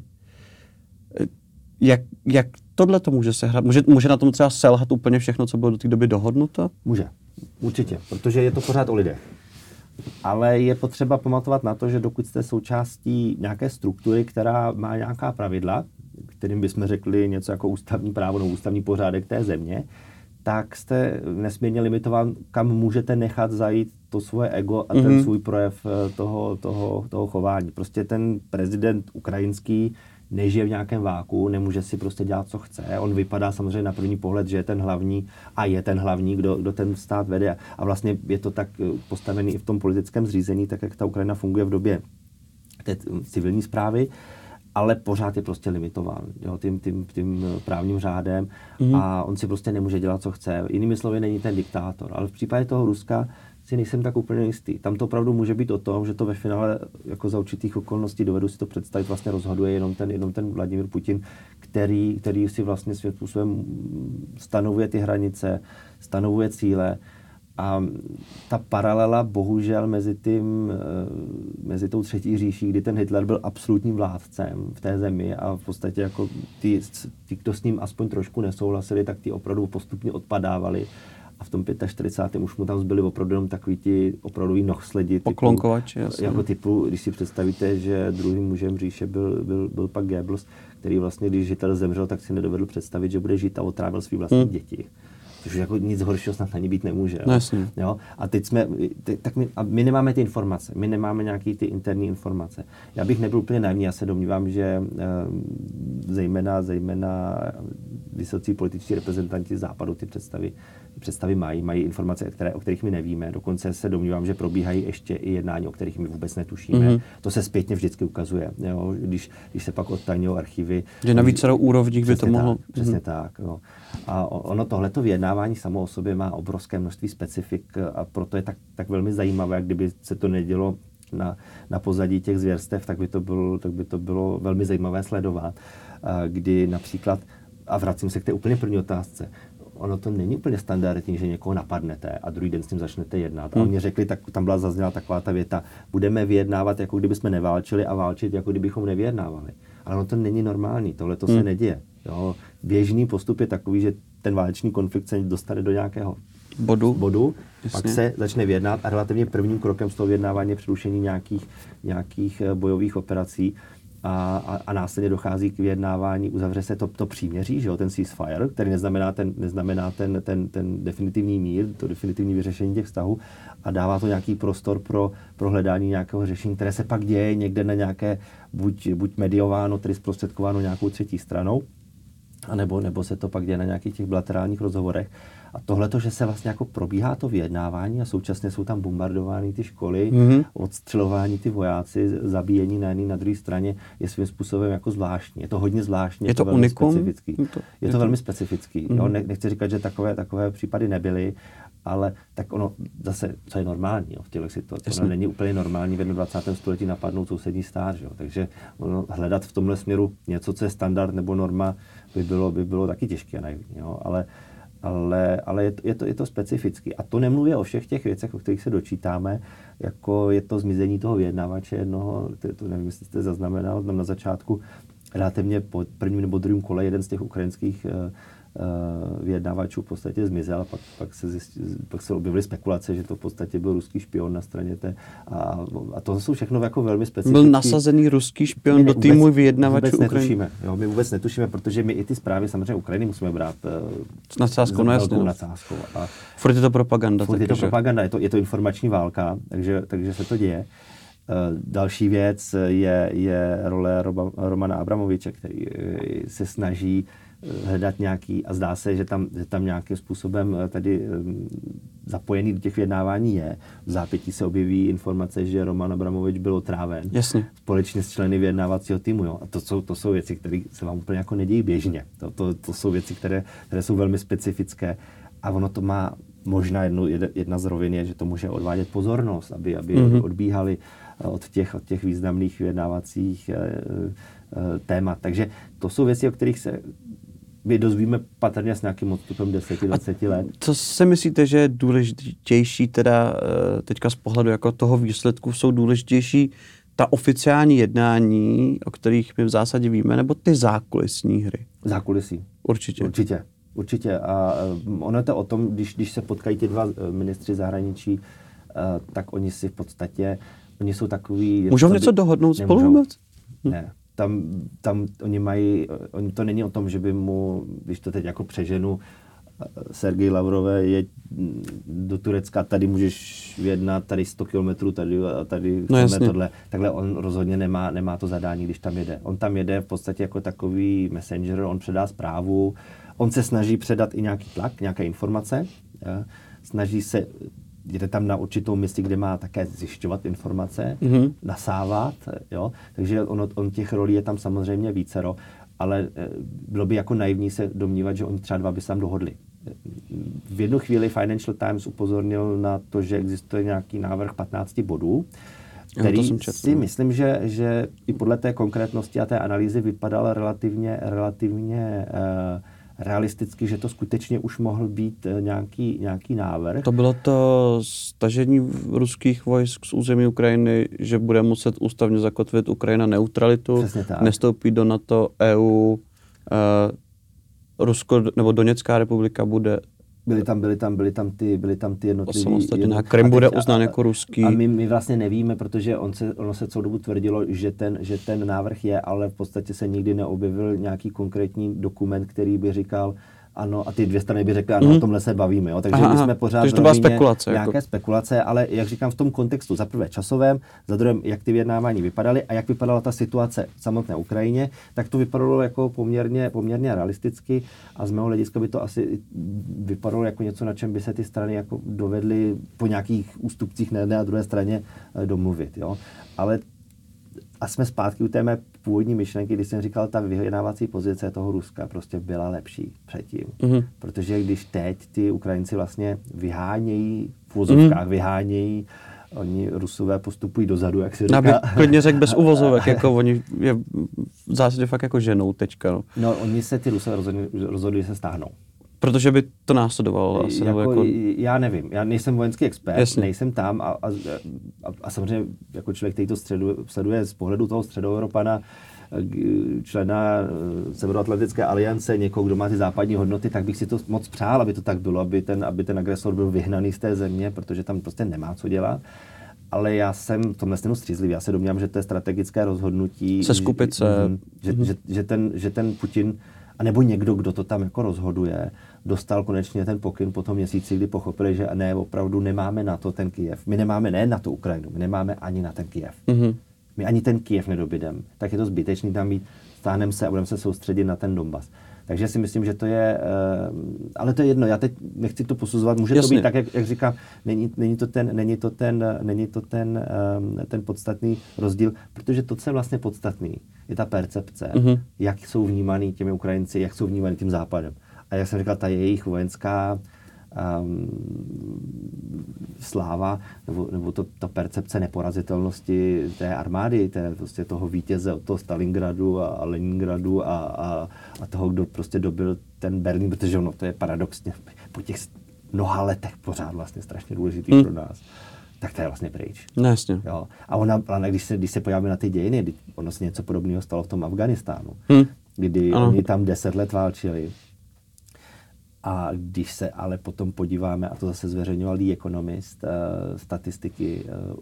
Jak tohle to může sehrát? Může na tom třeba selhat úplně všechno, co bylo do té doby dohodnuto? Může, určitě, protože je to pořád o lidech. Ale je potřeba pamatovat na to, že dokud jste součástí nějaké struktury, která má nějaká pravidla, kterým bychom řekli něco jako ústavní právo nebo ústavní pořádek té země, tak jste nesmírně limitován, kam můžete nechat zajít to svoje ego a ten svůj projev toho chování. Prostě ten prezident ukrajinský nežije v nějakém váku, nemůže si prostě dělat, co chce. On vypadá samozřejmě na první pohled, že je ten hlavní a je ten hlavní, kdo ten stát vede. A vlastně je to tak postavený i v tom politickém zřízení, tak jak ta Ukrajina funguje v době té civilní správy, ale pořád je prostě limitován, jo, tím právním řádem a on si prostě nemůže dělat, co chce. Jinými slovy, není ten diktátor. Ale v případě toho Ruska si nejsem tak úplně jistý. Tam to opravdu může být o tom, že to ve finále jako za určitých okolností, dovedu si to představit, vlastně rozhoduje jenom ten Vladimír Putin, který si vlastně svým způsobem stanovuje ty hranice, stanovuje cíle. A ta paralela bohužel mezi tou třetí říší, kdy ten Hitler byl absolutním vládcem v té zemi a v podstatě jako ty, kdo s ním aspoň trošku nesouhlasili, tak ty opravdu postupně odpadávali. A v tom 45. už mu tam zbyli opravdu jenom takový ti opravdový nohsledi. Poklonkovači, jasně. Jako typu, když si představíte, že druhým mužem říše byl pak Goebbels, který vlastně, když Hitler zemřel, tak si nedovedl představit, že bude žít a otrávil svý vlastní děti. Což jako nic horšího snad ani být nemůže. No, jo? A teď my nemáme ty informace, my nemáme nějaký ty interní informace. Já bych nebyl úplně naivní, já se domnívám, že zejména vysocí političtí reprezentanti západu ty představy mají informace, o kterých my nevíme. Dokonce se domnívám, že probíhají ještě i jednání, o kterých my vůbec netušíme. To se zpětně vždycky ukazuje, jo? Když se pak odtajňují archivy. Že na vícerou úrovních by to mohlo... Přesně tak. Jo. A ono tohleto vyjednávání samo o sobě má obrovské množství specifik a proto je tak velmi zajímavé, kdyby se to nedělo na pozadí těch zvěrstev, tak by to bylo velmi zajímavé sledovat. Kdy například, a vracím se k té úplně první otázce, ono to není úplně standardní, že někoho napadnete a druhý den s ním začnete jednat. A oni řekli, tak tam zazněla taková ta věta, budeme vyjednávat, jako kdyby jsme neválčili a válčit, jako kdybychom nevyjednávali. Ale ono to není normální, tohle to se neděje. Jo. Běžný postup je takový, že ten válečný konflikt se dostane do nějakého bodu pak se začne vyjednat a relativně prvním krokem z toho vyjednávání je přerušení nějakých bojových operací a následně dochází k vyjednávání, uzavře se to příměří, že jo, ten ceasefire, který neznamená ten definitivní mír, to definitivní vyřešení těch vztahů a dává to nějaký prostor pro hledání nějakého řešení, které se pak děje někde na nějaké, buď mediováno, tedy zprostředkováno nějakou třetí stranou, nebo se to pak děje na nějakých těch bilaterálních rozhovorech. A tohleto, že se vlastně jako probíhá to vyjednávání a současně jsou tam bombardovány ty školy, odstřelování ty vojáci, zabíjení na jedné, na druhé straně, je svým způsobem jako zvláštní. Je to hodně zvláštní, je to velmi specifický. Je to velmi specifický. Jo? Nechci říkat, že takové případy nebyly, ale tak ono zase, co je normální, jo, v těchto situacích. Ono není úplně normální v 21. století napadnout sousední stát, jo. Takže hledat v tomhle směru něco, co je standard nebo norma, by bylo taky těžké a naivní, jo. Ale je to specifický. A to nemluví o všech těch věcech, o kterých se dočítáme, jako je to zmizení toho vyjednávače jednoho, to nevím, jestli jste zaznamenal, na začátku relativně po prvním nebo druhém kole jeden z těch ukrajinských vyjednávačů v podstatě zmizel a pak se objevily spekulace, že to v podstatě byl ruský špion na straně té. A to jsou všechno jako velmi specifické. Byl nasazený ruský špion do týmu vyjednávačů Ukrajiny. My vůbec netušíme, protože my i ty zprávy samozřejmě Ukrajiny musíme brát s nadsázkou, no jasně. Furt je to propaganda. Je to informační válka, takže se to děje. Další věc je role Romana Abramoviče, který se snaží hledat nějaký, a zdá se, že tam nějakým způsobem tady zapojený do těch vyjednávání je. V zápětí se objeví informace, že Roman Abramovič byl otráven. Jasně. Společně s členy vyjednávacího týmu. Jo. A to jsou věci, které se vám úplně jako nedějí běžně. To jsou věci, které jsou velmi specifické. A ono to má možná jedna z rovin je, že to může odvádět pozornost, aby odbíhali od těch významných vyjednávacích témat. Takže to jsou věci, o kterých se my dozvíme patrně s nějakým odstupem 10-20 let. Co si myslíte, že je důležitější teda teďka z pohledu jako toho výsledku, jsou důležitější ta oficiální jednání, o kterých my v zásadě víme, nebo ty zákulisní hry? Zákulisí. Určitě. A ono je to o tom, když se potkají ti dva ministři zahraničí, tak oni si v podstatě, oni jsou takový... Můžou něco dohodnout spolu vůbec? Ne. Tam oni to není o tom, že by mu, když to teď jako přeženu, Sergej Lavrové je do Turecka, tady můžeš vyjednat, tady 100 kilometrů, tady chceme tohle. Takhle on rozhodně nemá to zadání, když tam jede. On tam jede v podstatě jako takový messenger, on předá zprávu, on se snaží předat i nějaký tlak, nějaké informace, snaží se jede tam na určitou misi, kde má také zjišťovat informace, nasávat, jo, takže on těch rolí je tam samozřejmě vícero, ale bylo by jako naivní se domnívat, že oni třeba dva by se tam dohodli. V jednu chvíli Financial Times upozornil na to, že existuje nějaký návrh 15 bodů, který si myslím, že i podle té konkrétnosti a té analýzy vypadal relativně realisticky, že to skutečně už mohl být nějaký návrh. To bylo to stažení ruských vojsk z území Ukrajiny, že bude muset ústavně zakotvit Ukrajina neutralitu, nestoupí do NATO, EU, Rusko nebo Doněcká republika bude... Byly tam ty jednotlivý... Krym bude uznán jako ruský. A my vlastně nevíme, protože ono se celou dobu tvrdilo, že ten návrh je, ale v podstatě se nikdy neobjevil nějaký konkrétní dokument, který by říkal ano, a ty dvě strany by řekly ano, o tomhle se bavíme. Jo? Takže my jsme pořád to byla spekulace, nějaké spekulace, ale jak říkám, v tom kontextu za prvé časovém, za druhém, jak ty vyjednávání vypadaly a jak vypadala ta situace v samotné Ukrajině, tak to vypadalo jako poměrně realisticky a z mého hlediska by to asi vypadalo jako něco, na čem by se ty strany jako dovedly po nějakých ústupcích na jedné a druhé straně domluvit. Jo? Ale a jsme zpátky u té mé původní myšlenky, když jsem říkal, ta vyjednávací pozice toho Ruska prostě byla lepší předtím. Protože když teď ty Ukrajinci vlastně vyhánějí, v uvozovkách vyhánějí, oni Rusové postupují dozadu, jak se říká. Já bych klidně řekl bez uvozovek, jako oni je v zásadě fakt jako ženou teďka. No oni se ty Rusové rozhodli, že se stáhnou. Protože by to následovalo asi. Já nevím, já nejsem vojenský expert, nejsem tam a samozřejmě jako člověk, který to sleduje z pohledu toho Středoevropana, člena Severoatlantické aliance, někoho, kdo má ty západní hodnoty, tak bych si to moc přál, aby to tak bylo, aby ten agresor byl vyhnaný z té země, protože tam prostě nemá co dělat. Ale já jsem v tomhle stejnou střízlivý. Já se domnívám, že to je strategické rozhodnutí. Seskupit se. Že ten Putin a nebo někdo, kdo to tam jako rozhoduje, dostal konečně ten pokyn po tom měsíci, kdy pochopili, že ne, opravdu nemáme na to ten Kyjev. My nemáme ne na tu Ukrajinu, my nemáme ani na ten Kyjev. My ani ten Kyjev nedobydeme. Tak je to zbytečný tam být, stáhneme se a budeme se soustředit na ten Donbas. Takže si myslím, že to je, ale to je jedno, já teď nechci to posuzovat, může to být tak, jak říkám, není to ten podstatný rozdíl, protože to, co je vlastně podstatný, je ta percepce, jak jsou vnímaný těmi Ukrajinci, jak jsou vnímaný tím Západem. A jak jsem říkal, ta jejich vojenská sláva, nebo ta percepce neporazitelnosti té armády, prostě toho vítěze od toho Stalingradu a Leningradu a toho, kdo prostě dobil ten Berlín, protože ono to je paradoxně po těch mnoha letech pořád vlastně strašně důležitý pro nás. Tak to je vlastně pryč. No, jasně. Jo. A když se podíváme na ty dějiny, ono se něco podobného stalo v tom Afghánistánu, kdy oni tam 10 let válčili. A když se ale potom podíváme, a to zase zveřejňoval The Economist, statistiky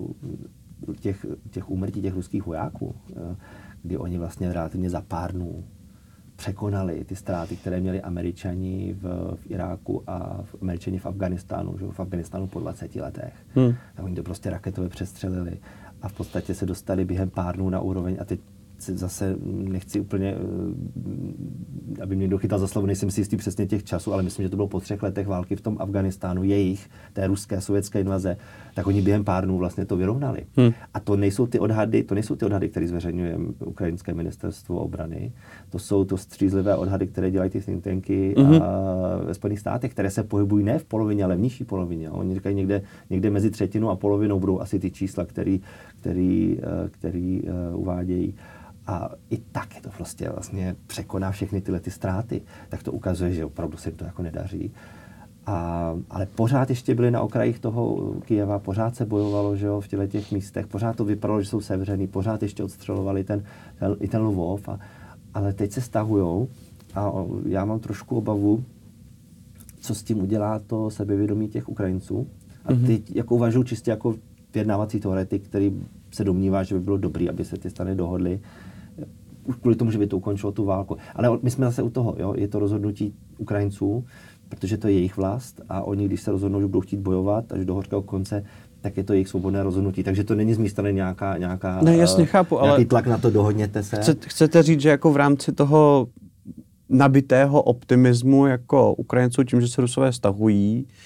těch úmrtí těch ruských vojáků, kdy oni vlastně relativně za pár dnů překonali ty ztráty, které měli Američani v Iráku a Američani v Afghánistánu, že v Afghánistánu po 20 letech. Tak oni to prostě raketově přestřelili a v podstatě se dostali během pár dnů na úroveň, a teď zase nechci úplně, aby mě dochytal za slovo, nejsem si jistý přesně těch časů, ale myslím, že to bylo po 3 letech války v tom Afghánistánu, té ruské, sovětské invaze, tak oni během pár dnů vlastně to vyrovnali. A to nejsou ty odhady, které zveřejňuje ukrajinské ministerstvo obrany, to jsou to střízlivé odhady, které dělají ty think tanky ve Spojených státech, které se pohybují ne v polovině, ale v nižší polovině. Oni říkají někde mezi třetinou a polovinou budou asi ty čísla, který uvádějí. A i tak je to prostě vlastně překoná všechny tyhle ty ztráty. Tak to ukazuje, že opravdu se jim to jako nedaří. Ale pořád ještě byli na okrajích toho Kyjeva, pořád se bojovalo, že jo, v těch místech, pořád to vypadalo, že jsou sevřený, pořád ještě odstřelovali ten Lvov, ale teď se stahujou a já mám trošku obavu, co s tím udělá to sebevědomí těch Ukrajinců. A teď jako uvažuji čistě jako vyjednávací teoretik, který se domnívá, že by bylo dobrý, aby se ty strany dohodly, už kvůli tomu, že by to ukončilo tu válku. Ale my jsme zase u toho, jo? Je to rozhodnutí Ukrajinců, protože to je jejich vlast a oni, když se rozhodnou, že budou chtít bojovat až do hořkého konce, tak je to jejich svobodné rozhodnutí. Takže to není z mé strany nějaká ne, jasně, chápu, nějaký ale tlak na to, dohodněte se. Chcete říct, že jako v rámci toho nabitého optimismu jako Ukrajinců tím, že se Rusové stahují,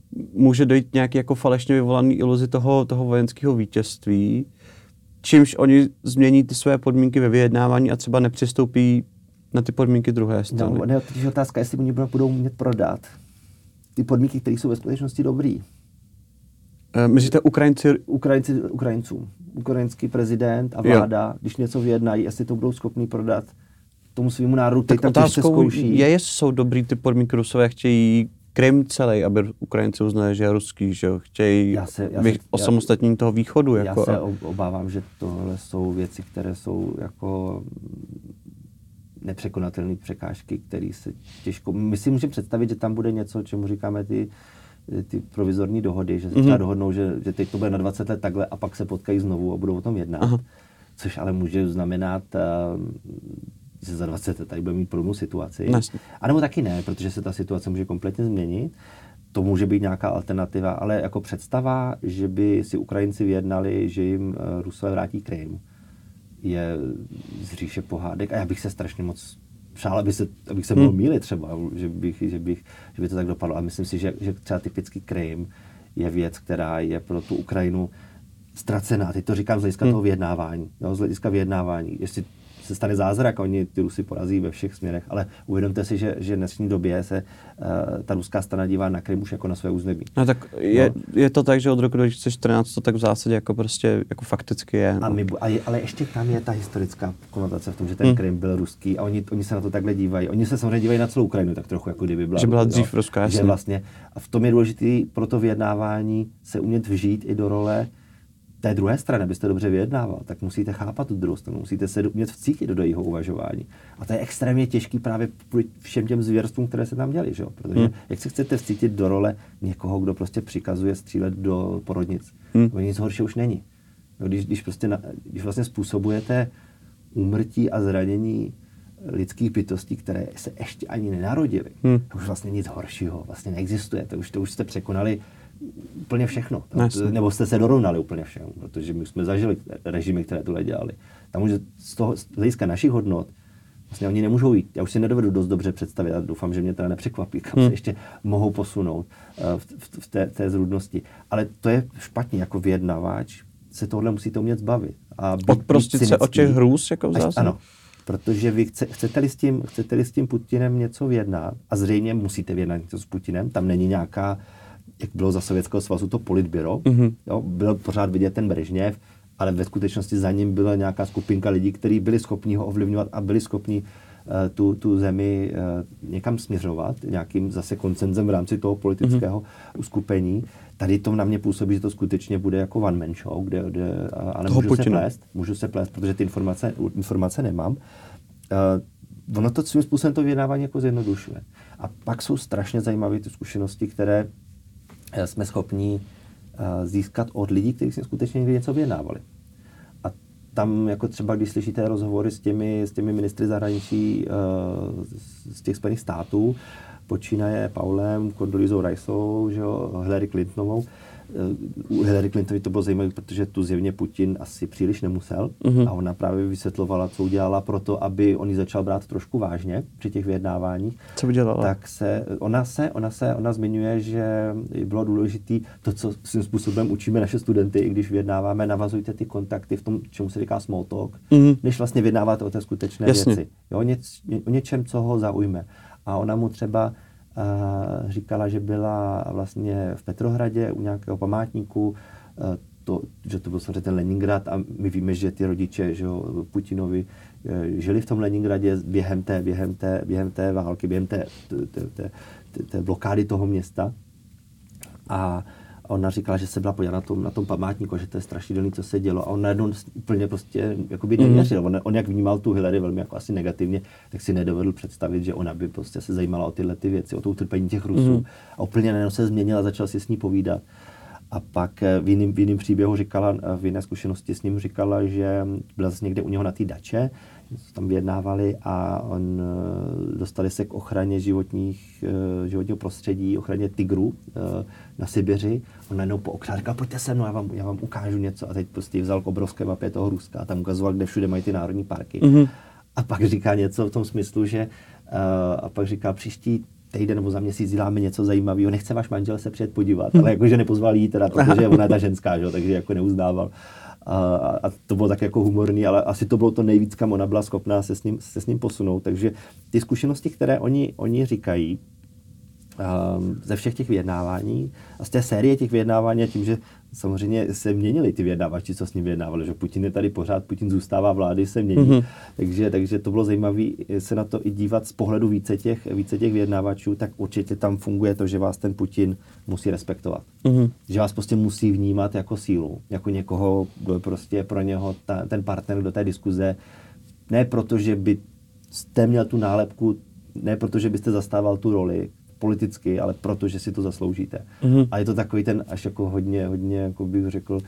může dojít nějaký jako falešně vyvolaný iluzi toho vojenského vítězství, čímž oni změní ty své podmínky ve vyjednávání a třeba nepřistoupí na ty podmínky druhé strany. No, teď je otázka, jestli oni budou umět prodat ty podmínky, které jsou ve skutečnosti dobrý. Myslíte Ukrajincům. Ukrajinský prezident a vláda, když něco vyjednají, jestli to budou schopní prodat tomu svému národu, tak otázkou je, jestli jsou dobrý ty podmínky. Rusové chtějí Krym celý, aby Ukrajinci uznali, že je ruský, že jo? Chtějí osamostatnění toho východu. Já se obávám, že tohle jsou věci, které jsou jako nepřekonatelné překážky, které se těžko... My si můžeme představit, že tam bude něco, čemu říkáme ty provizorní dohody, že se třeba dohodnou, že teď to bude na 20 let takhle a pak se potkají znovu a budou o tom jednat. Aha. Což ale může znamenat, že za 20 let tady budeme mít podobnou situaci. A nebo taky ne, protože se ta situace může kompletně změnit. To může být nějaká alternativa, ale jako představa, že by si Ukrajinci vyjednali, že jim Rusové vrátí Krym, je z říše pohádek a já bych se strašně moc přál, abych se mohl mýlit třeba, že by to tak dopadlo. A myslím si, že třeba typický Krym je věc, která je pro tu Ukrajinu ztracená. Teď to říkám z hlediska toho vyjednávání. Jo, z hlediska vyjednávání. Jestli se stane zázrak, oni ty Rusy porazí ve všech směrech, ale uvědomte si, že v dnešní době se ta ruská strana dívá na Krym už jako na své území. No tak je to tak, že od roku 2014 to tak v zásadě jako prostě jako fakticky je. No. Ale ještě tam je ta historická konotace v tom, že ten Krym byl ruský a oni se na to takhle dívají. Oni se samozřejmě dívají na celou Ukrajinu tak trochu, jako kdyby byla. Že byla dřív ruská, jasně. Že vlastně, a v tom je důležitý pro to vyjednávání se umět vžít i do role té druhé strany, abyste dobře vyjednával, tak musíte chápat tu druhou stranu, musíte se umět vcítit do jejího uvažování. A to je extrémně těžký právě všem těm zvěrstvům, které se tam děli, že jo? Protože jak se chcete vcítit do role někoho, kdo prostě přikazuje střílet do porodnic? To nic horšího už není. Když vlastně způsobujete úmrtí a zranění lidských bytostí, které se ještě ani nenarodily, to už vlastně nic horšího vlastně neexistuje. To už jste překonali úplně všechno. Nebo jste se dorovnali úplně všemu, protože my jsme zažili režimy, které tohle dělali. Tam už z hlediska našich hodnot vlastně oni nemůžou jít. Já už si nedovedu dost dobře představit a doufám, že mě teda nepřekvapí, kam se ještě mohou posunout v té zrůdnosti. Ale to je špatně, jako vyjednavač se tohle musíte umět zbavit. Odprostit se od těch hrůz, jako v zásadě? Ano, protože vy chcete-li s tím Putinem něco vyjednat, a zřejmě musíte vyjednat něco s Putinem, tam není nějaká, jak bylo za Sovětského svazu, to politbyro, jo, byl pořád vidět ten Brežněv, ale ve skutečnosti za ním byla nějaká skupinka lidí, kteří byli schopni ho ovlivňovat a byli schopni tu zemi někam směřovat, nějakým zase koncenzem v rámci toho politického uskupení. Tady to na mě působí, že to skutečně bude jako one man show, ale můžu se plést, protože ty informace nemám. Ono to svým způsobem to vyjednávání jako zjednodušuje. A pak jsou strašně zajímavé ty zkušenosti, které jsme schopni získat od lidí, kteří si skutečně někdy něco vyjednávali. A tam jako třeba, když slyšíte rozhovory s těmi ministry zahraničí z těch Spojených států, počínaje Paulem, Condoleezou Riceovou, Hillary Clintonovou. U Hillary Clintonovy to bylo zajímavé, protože tu zjevně Putin asi příliš nemusel a ona právě vysvětlovala, co udělala pro to, aby on ji začal brát trošku vážně při těch vyjednáváních. Co udělala? Tak ona zmiňuje, že bylo důležité to, co svým způsobem učíme naše studenty, i když vyjednáváme, navazujte ty kontakty v tom, čemu se říká small talk, než vlastně vyjednáváte o té skutečné věci. Jo, o něčem, co ho zaujme. A ona mu třeba říkala, že byla vlastně v Petrohradě u nějakého památníku, že to byl samozřejmě ten Leningrad a my víme, že ty rodiče Putinovi žili v tom Leningradě během té války, během té blokády toho města. A ona říkala, že se byla podívat na tom památníku, že to je strašidelný, co se dělo. A on najednou úplně prostě jakoby nevěřil. On jak vnímal tu Hillary velmi jako asi negativně, tak si nedovedl představit, že ona by prostě se zajímala o tyhle ty věci, o to utrpení těch Rusů. A úplně najednou se změnila, začal si s ní povídat. A pak v jiném příběhu říkala, v jiné zkušenosti s ním říkala, že byla zase někde u něho na té dače, tam vyjednávali a dostali se k ochraně životního prostředí, ochraně tigrů na Sibiři. On najednou po okřádku říkal, pojďte se mnou, já vám ukážu něco. A teď prostě vzal k obrovské mapě toho Ruska a tam ukazoval, kde všude mají ty národní parky. A pak říká něco v tom smyslu, že a pak říká, příští týden nebo za měsíc děláme něco zajímavého, nechce váš manžel se přijet podívat, ale jakože nepozval jí teda, protože ona je ta ženská, že? Takže jako neuznával. A to bylo tak jako humorný, ale asi to bylo to nejvíc, kam ona byla schopná se s ním posunout. Takže ty zkušenosti, které oni říkají ze všech těch vyjednávání a z té série těch vyjednávání a tím, že samozřejmě se měnili ty vyjednávači, co s ním vyjednávali, že Putin je tady pořád, Putin zůstává, vlády se mění. Takže to bylo zajímavé se na to i dívat z pohledu více těch vyjednávačů, tak určitě tam funguje to, že vás ten Putin musí respektovat. Že vás prostě musí vnímat jako sílu, jako někoho, kdo je prostě pro něho ten partner do té diskuze, ne proto, že byste měl tu nálepku, ne proto, že byste zastával tu roli politicky, ale proto, že si to zasloužíte. A je to takový ten až jako hodně, jako bych řekl,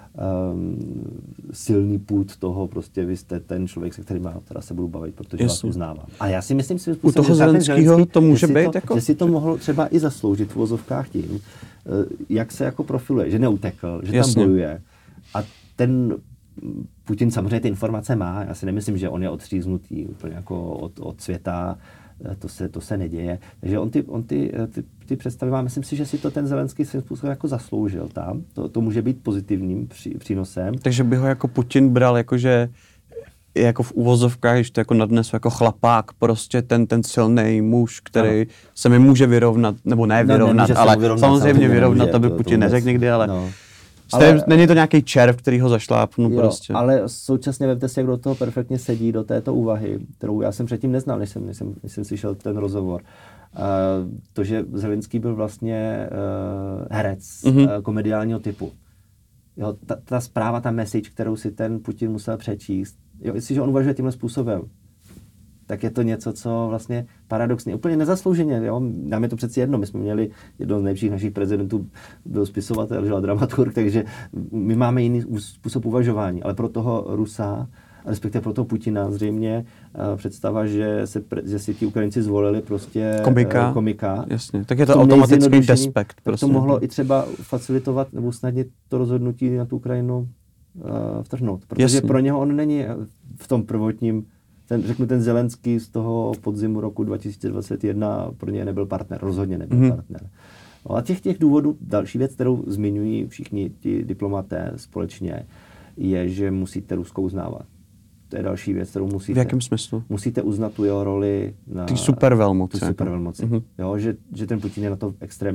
silný pud toho, prostě vy jste ten člověk, se kterým já teda se budu bavit, protože vás uznávám. A já si myslím, u toho Zelenského to může být jako... Že si to mohl třeba i zasloužit v uvozovkách tím, jak se jako profiluje, že neutekl, že tam bojuje. A ten Putin samozřejmě ty informace má, já si nemyslím, že on je odstříznutý úplně jako od světa, to se neděje. Takže on ty představy má, myslím si, že si to ten Zelenský svým způsobem jako zasloužil tam. To může být pozitivním přínosem. Takže by ho jako Putin bral jakože jako v uvozovkách, když to jako nadnesu jako chlapák, prostě ten silný muž, který se mi může vyrovnat, nebo ne vyrovnat, ale samozřejmě vyrovnat, aby Putin neřekl nikdy, ale... Ale není to nějaký červ, který ho zašlápnu prostě. Ale současně vemte si, jak do toho perfektně sedí, do této úvahy, kterou já jsem předtím neznal, než jsem slyšel ten rozhovor. To, že Zelenský byl vlastně herec komediálního typu. Jo, ta zpráva, ta message, kterou si ten Putin musel přečíst, jo, jestliže on uvažuje tímhle způsobem, tak je to něco, co vlastně paradoxně, úplně nezaslouženě, jo? Nám je to přeci jedno, my jsme měli jedno z nejlepších našich prezidentů, byl spisovatel, žil dramaturg, takže my máme jiný způsob uvažování, ale pro toho Rusa, respektive pro toho Putina zřejmě představa, že si ti Ukrajinci zvolili prostě komika. Jasně, tak je to automatický despekt. Prostě. To mohlo i třeba facilitovat nebo usnadnit to rozhodnutí na tu Ukrajinu vtrhnout, protože pro něho on není v tom prvotním ten Zelenský z toho podzimu roku 2021 pro něj nebyl partner, rozhodně nebyl partner. No a těch důvodů, další věc, kterou zmiňují všichni ti diplomaté společně, je, že musíte Rusko uznávat. To je další věc, kterou musíte... V jakém smyslu? Musíte uznat tu jeho roli na... Ty supervelmoci. Jo, že ten Putin je na to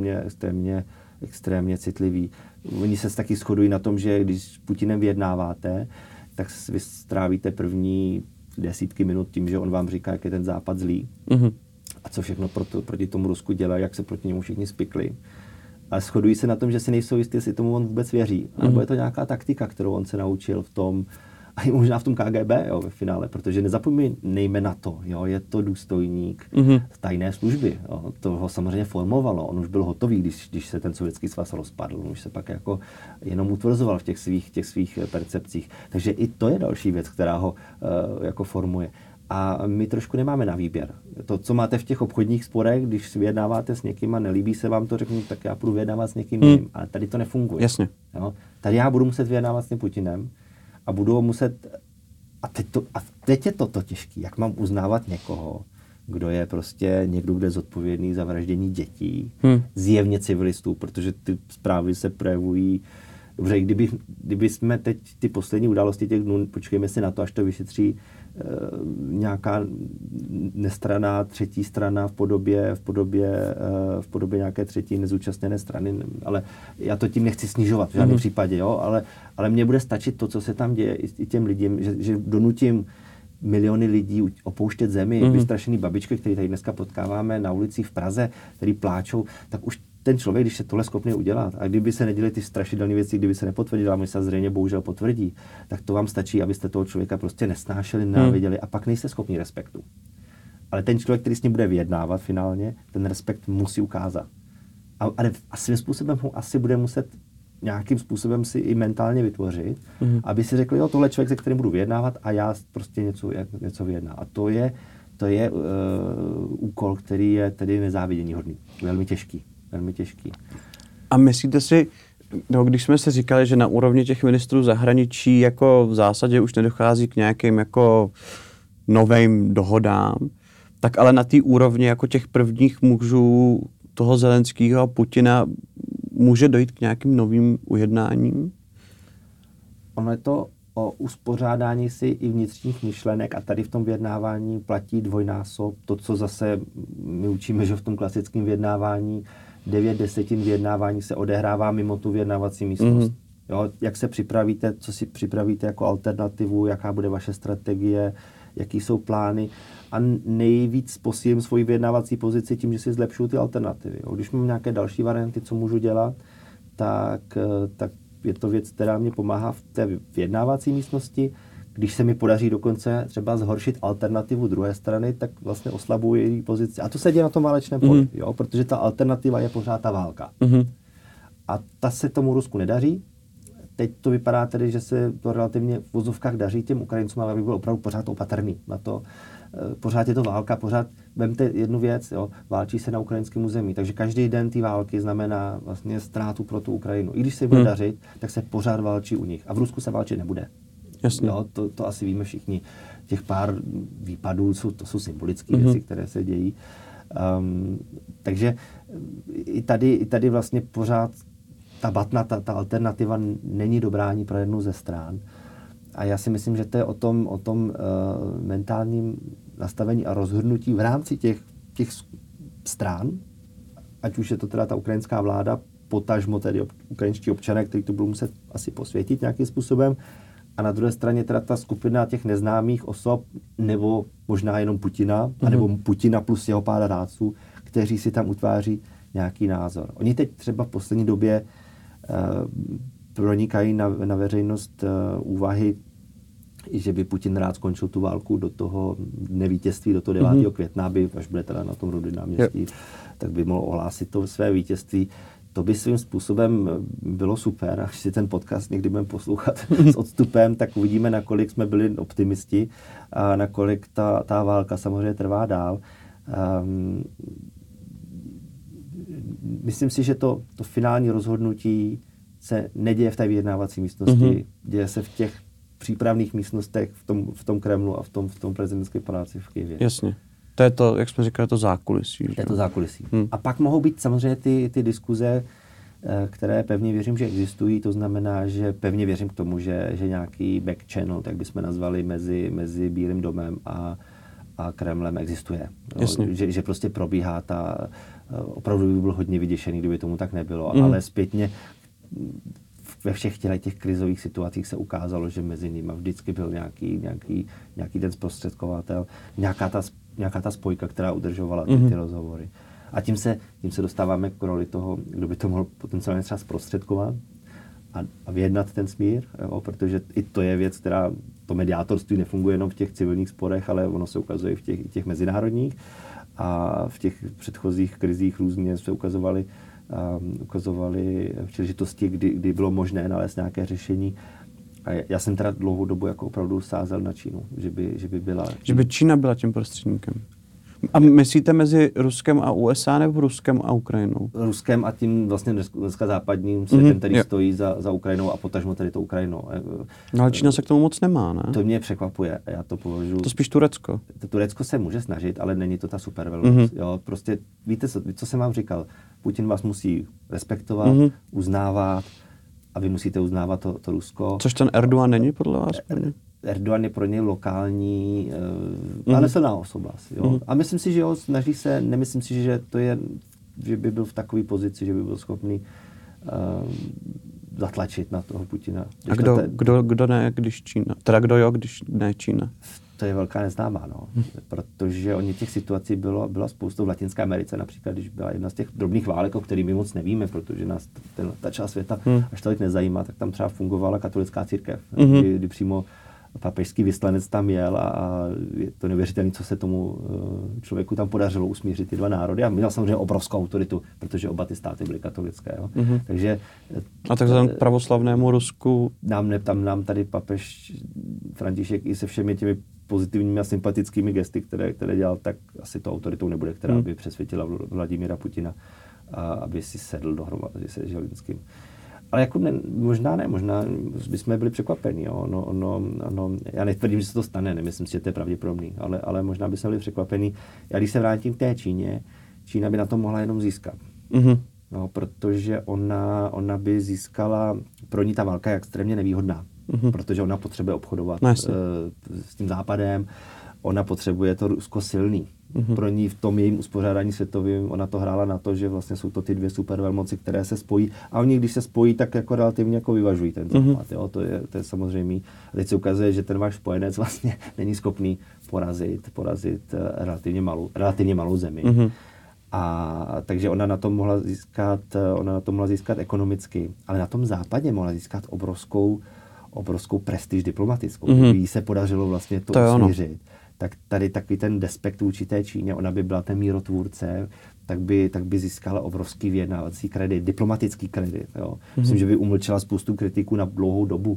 extrémně citlivý. Oni se taky shodují na tom, že když s Putinem vyjednáváte, tak vy strávíte první desítky minut tím, že on vám říká, jak je ten západ zlý a co všechno proti tomu Rusku dělá, jak se proti němu všichni spikli. Ale shodují se na tom, že si nejsou jistí, jestli tomu on vůbec věří. Nebo je to nějaká taktika, kterou on se naučil v tom, a i možná v tom KGB, jo, ve finále, protože nezapomínejme na to, jo, je to důstojník tajné služby. Jo, to ho samozřejmě formovalo, on už byl hotový, když se ten Sovětský svaz rozpadl, on už se pak jako jenom utvrzoval v těch svých percepcích. Takže i to je další věc, která ho jako formuje. A my trošku nemáme na výběr. To, co máte v těch obchodních sporech, když si vyjednáváte s někým a nelíbí se vám to, řeknu, tak já půjdu vyjednávat s někým jiným. Ale tady to nefunguje. Jasně. Jo? Tady já budu muset vyjednávat s tím Putinem a budu ho muset... A teď je to těžké. Jak mám uznávat někoho, kdo je prostě někdo, kdo je zodpovědný za vraždění dětí, zjevně civilistů, protože ty zprávy se projevují... Dobře, kdyby jsme teď ty poslední události těch dnů, počkejme si na to, až to vyšetří nějaká nestranná třetí strana v podobě nějaké třetí nezúčastněné strany, ale já to tím nechci snižovat v žádném případě, jo, ale mně bude stačit to, co se tam děje i těm lidem, že donutím miliony lidí opouštět zemi, vystrašený babičky, který tady dneska potkáváme na ulicích v Praze, který pláčou, tak už ten člověk, když se tohle schopný udělat, a kdyby se neděly ty strašidelné věci, kdyby se nepotvrdila, my se zřejmě bohužel potvrdí, tak to vám stačí, abyste toho člověka prostě nesnášeli, nenáviděli a pak nejste schopni respektu. Ale ten člověk, který s ním bude vyjednávat finálně, ten respekt musí ukázat. A svým způsobem ho asi bude muset nějakým způsobem si i mentálně vytvořit, aby si řekl, jo, tohle člověk, se kterým budu vyjednávat a já prostě něco vyjednám. A to je úkol, který je tedy nezáviděníhodný. Velmi těžký. A myslíte si, no, když jsme si říkali, že na úrovni těch ministrů zahraničí jako v zásadě už nedochází k nějakým jako novým dohodám, Tak ale na té úrovni jako těch prvních mužů toho Zelenského a Putina může dojít k nějakým novým ujednáním? Ono je to o uspořádání si i vnitřních myšlenek a tady v tom vyjednávání platí dvojnásob. To, co zase my učíme, že v tom klasickém vyjednávání 9/10 vyjednávání se odehrává mimo tu vyjednávací místnost. Jo, jak se připravíte, co si připravíte jako alternativu, jaká bude vaše strategie, jaký jsou plány a nejvíc posílím svoji vyjednávací pozici tím, že si zlepšuju ty alternativy. Jo. Když mám nějaké další varianty, co můžu dělat, tak je to věc, která mě pomáhá v té vyjednávací místnosti. Když se mi podaří dokonce třeba zhoršit alternativu druhé strany, tak vlastně oslabuji její pozici. A to se děje na tom válečném poli, jo, protože ta alternativa je pořád ta válka. A ta se tomu Rusku nedaří. Teď to vypadá tedy, že se to relativně v vozovkách daří těm Ukrajincům, ale by byl opravdu pořád opatrný na to. Pořád je to válka, pořád, vemte jednu věc, jo, válčí se na ukrajinském území, takže každý den té války znamená vlastně ztrátu pro tu Ukrajinu. I když se bude dařit, tak se pořád válčí u nich. A v Rusku se válčit nebude. Jasně. Jo, to asi víme všichni. Těch pár výpadů, to jsou symbolické věci, které se dějí. Takže i tady vlastně pořád ta batna, ta alternativa není dobrá ani pro jednu ze stran. A já si myslím, že to je o tom mentálním nastavení a rozhodnutí v rámci těch stran, ať už je to teda ta ukrajinská vláda, potažmo tedy ukrajinští občané, kteří to budou muset asi posvětit nějakým způsobem, a na druhé straně teda ta skupina těch neznámých osob, nebo možná jenom Putina, anebo Putina plus jeho pár rádců, kteří si tam utváří nějaký názor. Oni teď třeba v poslední době pronikají na veřejnost úvahy, že by Putin rád skončil tu válku do toho nevítězství, do toho 9. května, až bude teda na tom Rudém náměstí, tak by mohl ohlásit to své vítězství. To by svým způsobem bylo super, až si ten podcast někdy budeme poslouchat s odstupem, tak uvidíme, nakolik jsme byli optimisti a nakolik ta válka samozřejmě trvá dál. Myslím si, že to finální rozhodnutí se neděje v té vyjednávací místnosti, děje se v těch přípravných místnostech v tom Kremlu a v tom prezidentském paláci v Kyjevě. Jasně. To je to, jak jsme říkali, to zákulisí. To je to zákulisí. A pak mohou být samozřejmě ty diskuze, které pevně věřím, že existují. To znamená, že pevně věřím k tomu, že nějaký back channel, tak bychom nazvali, mezi Bílým domem a Kremlem existuje. Že prostě probíhá opravdu by byl hodně vyděšený, kdyby tomu tak nebylo, ale zpětně ve všech těch krizových situacích se ukázalo, že mezi nimi vždycky byl nějaký ten zprostředkovatel, nějaká ta spojka, která udržovala ty rozhovory. A tím se dostáváme k roli toho, kdo by to mohl potenciálně třeba zprostředkovat a vyjednat ten smír, jo, protože i to je věc, která to mediátorství nefunguje jenom v těch civilních sporech, ale ono se ukazuje v těch mezinárodních a v těch předchozích krizích různě se ukazovaly příležitosti, kdy bylo možné nalézt nějaké řešení. A já jsem teda dlouhou dobu jako opravdu sázel na Čínu, že by byla... Že by Čína byla tím prostředníkem. A myslíte mezi Ruskem a USA nebo Ruskem a Ukrajinou? Ruskem a tím vlastně dneska západním světem, který stojí za Ukrajinou a potažmo tedy to Ukrajinou. No ale Čína se k tomu moc nemá, ne? To mě překvapuje. Já to považuji... To spíš Turecko. Turecko se může snažit, ale není to ta supervelmoc. Jo, prostě víte, co jsem vám říkal? Putin vás musí respektovat, uznávat a vy musíte uznávat to Rusko. Což ten Erdogan není podle vás? Erdogan je pro něj lokální, ale silná osoba. Jo. A myslím si, že ho snaží se, nemyslím si, že že by byl v takové pozici, že by byl schopný zatlačit na toho Putina. A kdo ne, když Čína? Teda kdo jo, když ne Čína? To je velká neznámá, no. Protože těch situací byla spoustu v Latinské Americe, například, když byla jedna z těch drobných válek, o kterých my moc nevíme, protože nás ta část světa až tolik nezajímá, tak tam třeba fungovala katolická církev, kdy přímo papežský vyslanec tam jel a je to neuvěřitelné, co se tomu člověku tam podařilo usmířit ty dva národy. A měl samozřejmě obrovskou autoritu, protože oba ty státy byly katolické. Jo. Takže, a tak vzhledem k pravoslavnému Rusku... Nám tady papež František i se všemi těmi pozitivními a sympatickými gesty, které dělal, tak asi to autoritou nebude, která by přesvědčila Vladimíra Putina, aby si sedl dohromady se Zelenským. Ale jako možná bychom byli překvapení. Jo. Já netvrdím, že se to stane, nemyslím si, že to je pravděpodobný, ale možná by se byli překvapení. Já když se vrátím k té Číně, Čína by na to mohla jenom získat. Mm-hmm. No, protože ona by získala, pro ní ta válka je extrémně nevýhodná, protože ona potřebuje obchodovat s tím západem, ona potřebuje to Rusko silný. Pro ní v tom jejím uspořádání světovým, ona to hrála na to, že vlastně jsou to ty dvě supervelmoci, které se spojí a oni, když se spojí, tak jako relativně jako vyvažují ten západ. Jo? To je samozřejmé. A teď se ukazuje, že ten váš spojenec vlastně není schopný porazit relativně malou zemi. A takže ona na tom mohla získat ekonomicky, ale na tom západě mohla získat obrovskou prestiž diplomatickou. Kdyby jí se podařilo vlastně to usmířit, tak tady takový ten despekt vůči té Číně, ona by byla ten mírotvůrce, tak by získala obrovský vyjednávací kredit, diplomatický kredit. Jo. Myslím, že by umlčela spoustu kritiků na dlouhou dobu.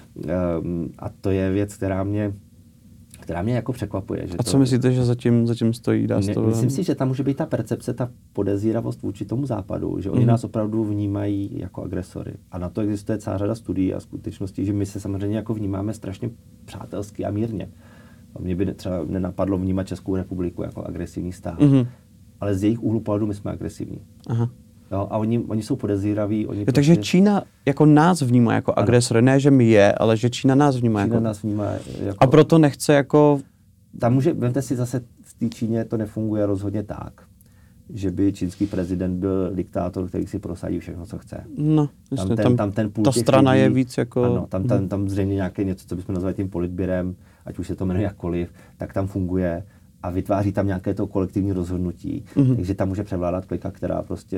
A to je věc, která mě jako překvapuje. Že a co myslíte, že zatím stojí? Myslím si, že tam může být ta percepce, ta podezíravost vůči tomu západu, že oni nás opravdu vnímají jako agresory. A na to existuje celá řada studií a skutečností, že my se samozřejmě jako vnímáme strašně přátelsky a mírně. A mě by třeba nenapadlo vnímat Českou republiku jako agresivní stát. Ale z jejich úhlu pohledu my jsme agresivní. Aha. Jo, a oni jsou podezíraví. Takže Čína jako nás vnímá jako agresory, ne že my je, ale že Čína nás vnímá jako... A proto nechce jako... Tam vemte si zase v té Číně to nefunguje rozhodně tak, že by čínský prezident byl diktátor, který si prosadí všechno, co chce. No, tam ten půl ta strana lidí, je víc jako... Ano, tam zřejmě nějaké něco, co bychom nazvali tím politbyrem, ať už se to jmenuje jakkoliv, tak tam funguje a vytváří tam nějaké to kolektivní rozhodnutí. Takže tam může převládat klika, která prostě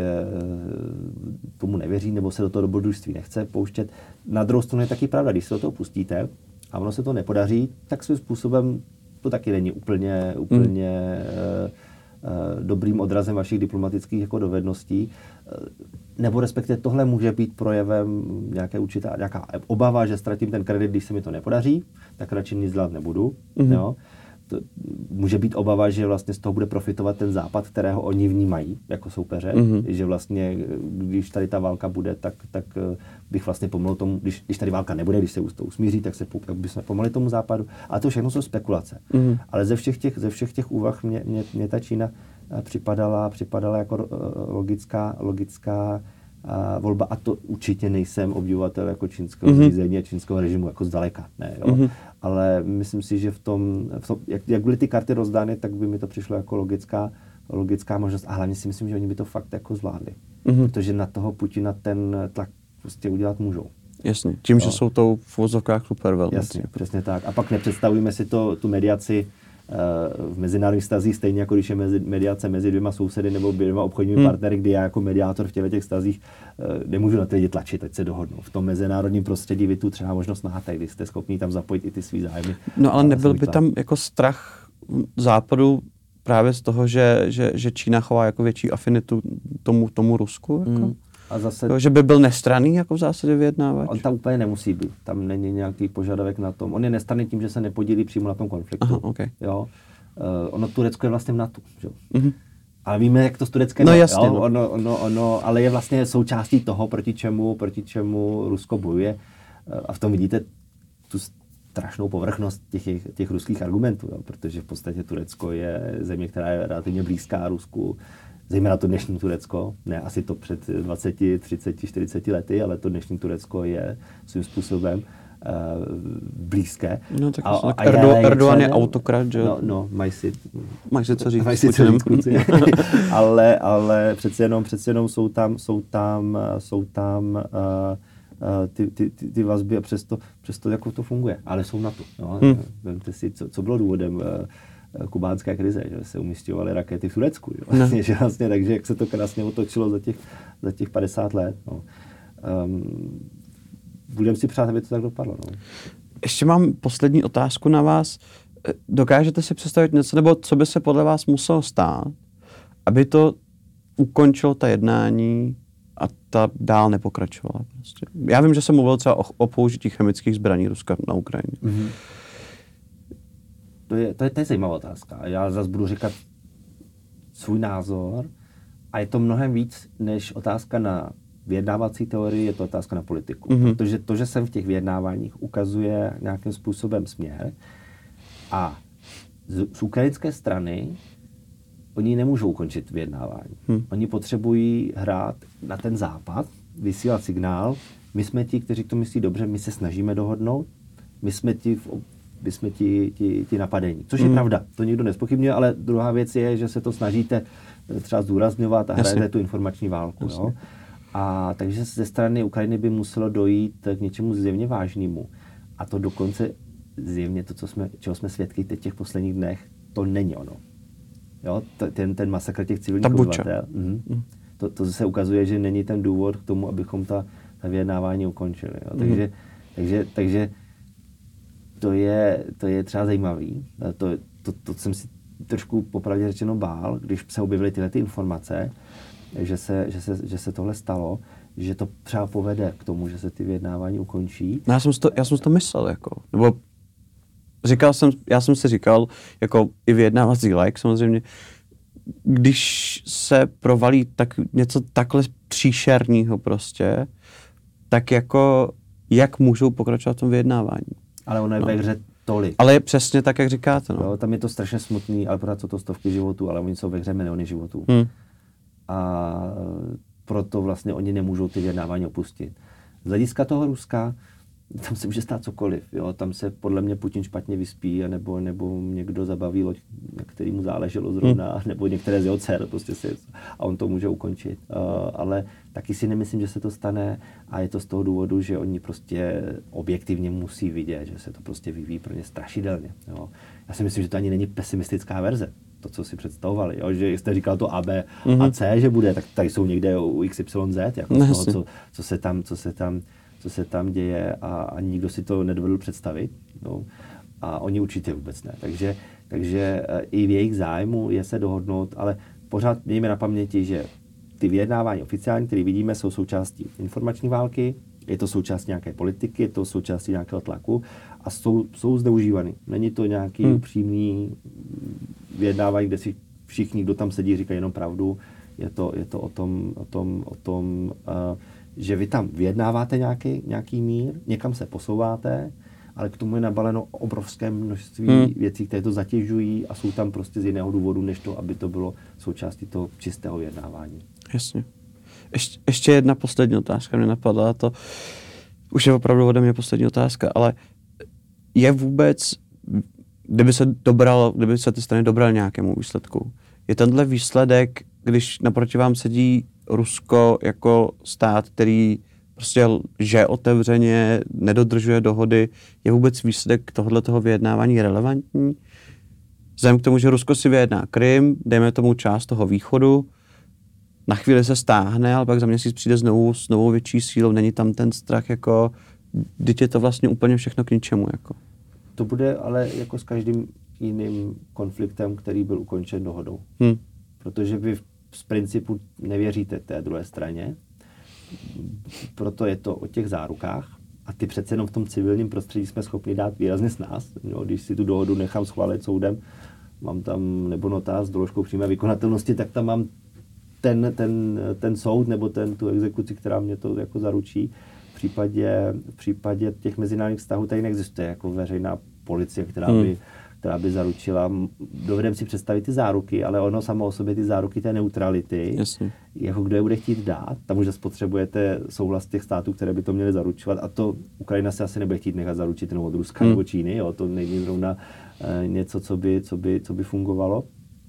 tomu nevěří nebo se do toho dobrodružství nechce pouštět. Na druhou stranu je taky pravda, když se do toho pustíte a ono se to nepodaří, tak svým způsobem to taky není úplně dobrým odrazem vašich diplomatických jako dovedností. Nebo respektive tohle může být projevem nějaká obava, že ztratím ten kredit, když se mi to nepodaří, tak radši nic dělat nebudu. Jo? To může být obava, že vlastně z toho bude profitovat ten západ, kterého oni vnímají jako soupeře, že vlastně, když tady ta válka bude, tak bych vlastně pomohl tomu, když tady válka nebude, když se to usmíří, tak bychom pomohli tomu západu. A to všechno jsou spekulace. Ale ze všech těch úvah mě ta Čína připadala jako logická volba, a to určitě nejsem obdivovatel jako čínského zřízení a čínského režimu, jako zdaleka, ne, jo. Ale myslím si, že v tom jak byly ty karty rozdány, tak by mi to přišlo jako logická možnost a hlavně si myslím, že oni by to fakt jako zvládli, protože na toho Putina ten tlak prostě udělat můžou. Jasně, tím, že jsou to v uvozovkách supervelmoci. Jasně, přesně tak. A pak nepředstavujeme si tu mediaci v mezinárodních vztazích, stejně jako když je mediace mezi dvěma sousedy nebo dvěma obchodními partnery, kdy já jako mediátor v těch vztazích nemůžu na ty lidi tlačit, ať se dohodnou. V tom mezinárodním prostředí vy tu třeba možnost máte, když jste schopni tam zapojit i ty svý zájmy. No ale nebyl by tam jako strach západu právě z toho, že Čína chová jako větší afinitu tomu Rusku? Jako? A zase... Že by byl nestranný jako v zásadě vyjednávač? On tam úplně nemusí být. Tam není nějaký požadavek na tom. On je nestranný tím, že se nepodílí přímo na tom konfliktu. Aha, okay. Jo. Ono Turecko je vlastně v NATO. Že? Ale víme, jak to s Tureckem je. No jasně. Ono, ale je vlastně součástí toho, proti čemu Rusko bojuje. A v tom vidíte tu strašnou povrchnost těch ruských argumentů. Jo? Protože v podstatě Turecko je země, která je relativně blízká Rusku. Zejména to dnešní Turecko, ne asi to před 20, 30, 40 lety, ale to dnešní Turecko je svým způsobem blízké. No tak Erdogan je autokrat, že jo? No, mají si co říct. ale přece jenom jsou tam ty vazby a přesto jako to funguje. Ale jsou na to. No? Vemte si, co bylo důvodem kubánské krize, že se umísťovaly rakety v Turecku. Takže jak se to krásně otočilo za těch 50 let. No. Budeme si přát, aby to tak dopadlo. No. Ještě mám poslední otázku na vás. Dokážete si představit něco, nebo co by se podle vás muselo stát, aby to ukončilo ta jednání a ta dál nepokračovala? Prostě. Já vím, že jsem mluvil třeba o použití chemických zbraní Ruska na Ukrajině. To je zajímavá otázka. Já zase budu říkat svůj názor a je to mnohem víc než otázka na vyjednávací teorii, je to otázka na politiku. Protože to, že jsem v těch vyjednáváních, ukazuje nějakým způsobem směr a z ukrajinské strany oni nemůžou ukončit vyjednávání. Oni potřebují hrát na ten západ, vysílat signál, my jsme ti, kteří to myslí dobře, my se snažíme dohodnout, my jsme ti napadení. Což je pravda, to nikdo nezpochybňuje, ale druhá věc je, že se to snažíte třeba zdůrazňovat a hrajete tu informační válku. Jo? A takže ze strany Ukrajiny by muselo dojít k něčemu zjevně vážnému. A to dokonce zjevně to, čeho jsme svědky teď těch posledních dnech, to není ono. Jo? Ten masakr těch civilních obyvatel. To se ukazuje, že není ten důvod k tomu, abychom ta vyjednávání ukončili. Jo? Takže to je třeba zajímavý. To jsem si trošku popravdě řečeno bál, když se objevily tyhle ty informace, že se tohle stalo, že to třeba povede k tomu, že se ty vyjednávání ukončí. No já jsem to myslel, jako, nebo já jsem si říkal, jako i vyjednávací lék samozřejmě, když se provalí tak něco takhle příšerného prostě, tak jako jak můžou pokračovat v tom vyjednávání. Ale ono je ve hře tolik. Ale je přesně tak, jak říkáte. No. Jo, tam je to strašně smutný, ale pořád jsou to stovky životů, ale oni jsou ve hře miliony životů. A proto vlastně oni nemůžou ty vyjednávání opustit. Z hlediska toho Ruska, tam se může stát cokoliv. Jo? Tam se podle mě Putin špatně vyspí, nebo někdo zabaví loď, na který mu záleželo zrovna, nebo některé z jeho dcer, prostě a on to může ukončit. Ale taky si nemyslím, že se to stane a je to z toho důvodu, že oni prostě objektivně musí vidět, že se to prostě vyvíjí pro ně strašidelně. Jo? Já si myslím, že to ani není pesimistická verze. To, co si představovali, jo? Že jste říkal to A, B a C, že bude, tak tady jsou někde u XYZ, jako z toho, co se tam děje a nikdo si to nedovedl představit. No. A oni určitě vůbec ne. Takže i v jejich zájmu je se dohodnout, ale pořád mějme na paměti, že ty vyjednávání oficiální, které vidíme, jsou součástí informační války, je to součástí nějaké politiky, je to součástí nějakého tlaku a jsou zneužívaný. Není to nějaký upřímný vyjednávání, kde si všichni, kdo tam sedí, říkají jenom pravdu. Je to o tom, že vy tam vyjednáváte nějaký mír, někam se posouváte, ale k tomu je nabaleno obrovské množství věcí, které to zatěžují a jsou tam prostě z jiného důvodu, než to, aby to bylo součástí toho čistého vyjednávání. Jasně. Ještě jedna poslední otázka mě napadla, to už je opravdu ode mě poslední otázka, ale je vůbec, kdyby se ty strany dobraly nějakému výsledku, je tenhle výsledek, když naproti vám sedí Rusko jako stát, který prostě lže otevřeně, nedodržuje dohody, je vůbec výsledek tohoto vyjednávání relevantní? Vzhledem k tomu, že Rusko si vyjedná Krym, dejme tomu část toho východu, na chvíli se stáhne, ale pak za měsíc přijde s novou větší sílou, není tam ten strach, jako, teď je to vlastně úplně všechno k ničemu. Jako. To bude ale jako s každým jiným konfliktem, který byl ukončen dohodou. Protože vy z principu nevěříte té druhé straně, proto je to o těch zárukách a ty přece jenom v tom civilním prostředí jsme schopni dát výrazně s nás. Jo, když si tu dohodu nechám schválit soudem, mám tam nebo notář s doložkou přímé vykonatelnosti, tak tam mám ten soud nebo tu exekuci, která mě to jako zaručí. V případě těch mezinárodních vztahů tady neexistuje jako veřejná policie, která by zaručila. Dovedeme si představit ty záruky, ale ono samo o sobě ty záruky té neutrality, jako kdo je bude chtít dát, tam už spotřebujete souhlas těch států, které by to měly zaručovat a to Ukrajina se asi nebude chtít nechat zaručit nebo od Ruska nebo Číny, jo, to není zrovna něco, co by fungovalo.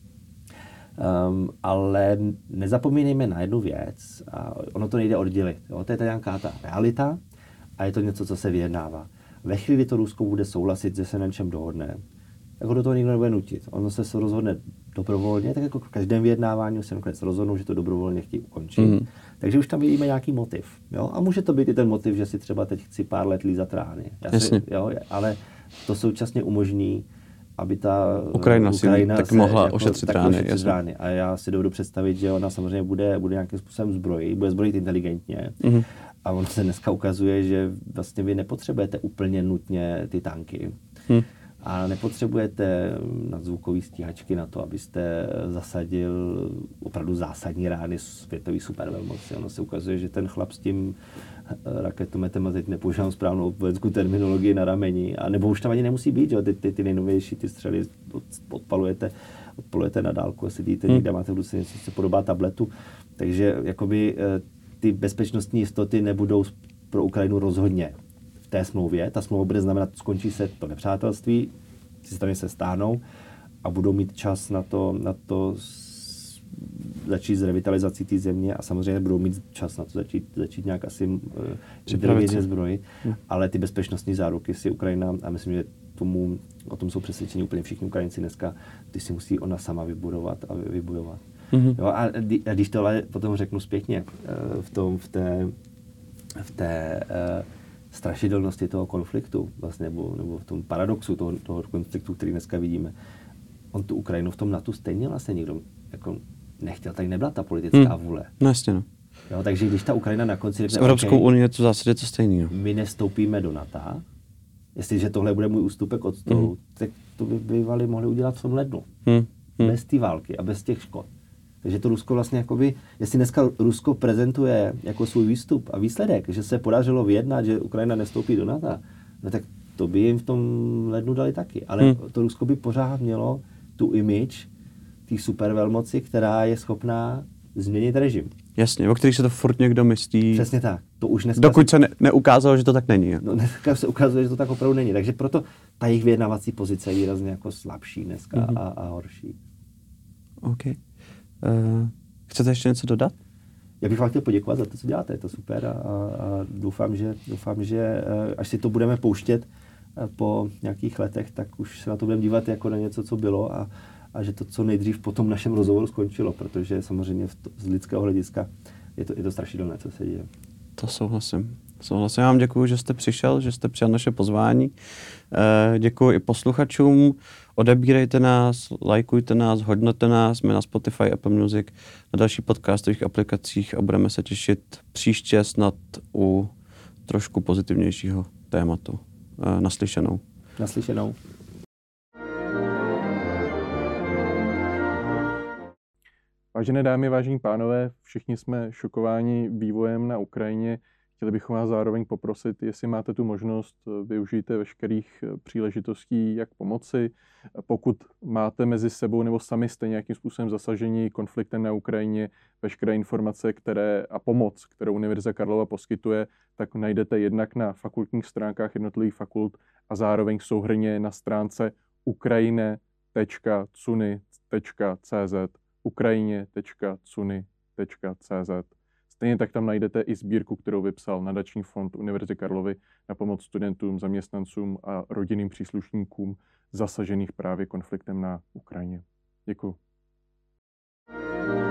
Ale nezapomínejme na jednu věc, a ono to nejde oddělit. Jo? To je nějaká ta realita a je to něco, co se vyjednává. Ve chvíli, kdy to Rusko bude souhlasit, že se na něčem dohodne, tak ho do toho nikdo nebude nutit. Ono se rozhodne dobrovolně, tak jako v každém vyjednávání se nakonec rozhodnou, že to dobrovolně chtějí ukončit. Takže už tam vidíme nějaký motiv. Jo? A může to být i ten motiv, že si třeba teď chci pár let lízat rány. Ale to současně umožní, aby ta Ukrajina tak mohla jako, ošetřit rány. A já si dovedu představit, že ona samozřejmě bude nějakým způsobem zbrojit, bude zbrojit inteligentně. A ono se dneska ukazuje, že vlastně vy nepotřebujete úplně nutně ty tanky. A nepotřebujete nadzvukové stíhačky na to, abyste zasadil opravdu zásadní rány světový supervelmoci. Ono se ukazuje, že ten chlap s tím raketometem, a teď nepoužívám správnou vojenskou terminologii, na rameni, a nebo už tam ani nemusí být, že ty nejnovější ty střely odpalujete na dálku a sedíte někde, máte v ruce něco, co se podobá tabletu. Takže jakoby ty bezpečnostní jistoty nebudou pro Ukrajinu rozhodně v té smlouvě. Ta smlouva bude znamenat, skončí se to nepřátelství, ty strany se stáhnou a budou mít čas na to začít s revitalizací té země a samozřejmě budou mít čas na to začít nějak asi inteligentně zbrojit, ale ty bezpečnostní záruky si Ukrajina, a myslím, že o tom jsou přesvědčení úplně všichni Ukrajinci dneska, ty si musí ona sama vybudovat a vybojovat. Jo, a když to ale potom řeknu zpětně, v té strašidelnosti toho konfliktu, vlastně, nebo v tom paradoxu toho konfliktu, který dneska vidíme, on tu Ukrajinu v tom NATO stejně vlastně nikdo jako nechtěl, tady nebyla ta politická vůle. No jasně, no. Jo, takže když ta Ukrajina na konci řekne, s Evropskou unii je to v zásadě to stejný. No. My nestoupíme do NATO, jestliže tohle bude můj ústupek od stolu, tak to by bývali mohli udělat v tom lednu. Bez té války a bez těch škod. Takže to Rusko vlastně jakoby, jestli dneska Rusko prezentuje jako svůj výstup a výsledek, že se podařilo vyjednat, že Ukrajina nestoupí do NATO, no tak to by jim v tom lednu dali taky. Ale to Rusko by pořád mělo tu image té supervelmoci, která je schopná změnit režim. Jasně, o kterých se to furt někdo myslí. Přesně tak. To už dneska dokud se neukázalo, že to tak není. No, dneska se ukazuje, že to tak opravdu není. Takže proto ta jejich vyjednávací pozice je výrazně jako slabší dneska a horší. OK. Chcete ještě něco dodat? Já bych vám chtěl poděkovat za to, co děláte. Je to super a doufám, že až si to budeme pouštět po nějakých letech, tak už se na to budeme dívat jako na něco, co bylo a že to co nejdřív po tom našem rozhovoru skončilo, protože samozřejmě z lidského hlediska je to strašidelné, co se děje. To souhlasím. Já vám děkuji, že jste přišel, že jste přijal naše pozvání. Děkuji i posluchačům. Odebírejte nás, lajkujte nás, hodnoťte nás. Jsme na Spotify, Apple Music, na dalších podcastových aplikacích a budeme se těšit příště snad u trošku pozitivnějšího tématu. Naslyšenou. Naslyšenou. Vážené dámy, vážení pánové, všichni jsme šokováni vývojem na Ukrajině. Chtěli bychom vás zároveň poprosit, jestli máte tu možnost, využijte veškerých příležitostí, jak pomoci. Pokud máte mezi sebou nebo sami jste nějakým způsobem zasaženi konfliktem na Ukrajině, veškeré informace a pomoc, kterou Univerzita Karlova poskytuje, tak najdete jednak na fakultních stránkách jednotlivých fakult a zároveň souhrnně na stránce ukrajine.cuny.cz ukrajině.cuny.cz. Stejně tak tam najdete i sbírku, kterou vypsal Nadační fond Univerzity Karlovy na pomoc studentům, zaměstnancům a rodinným příslušníkům zasažených právě konfliktem na Ukrajině. Děkuji.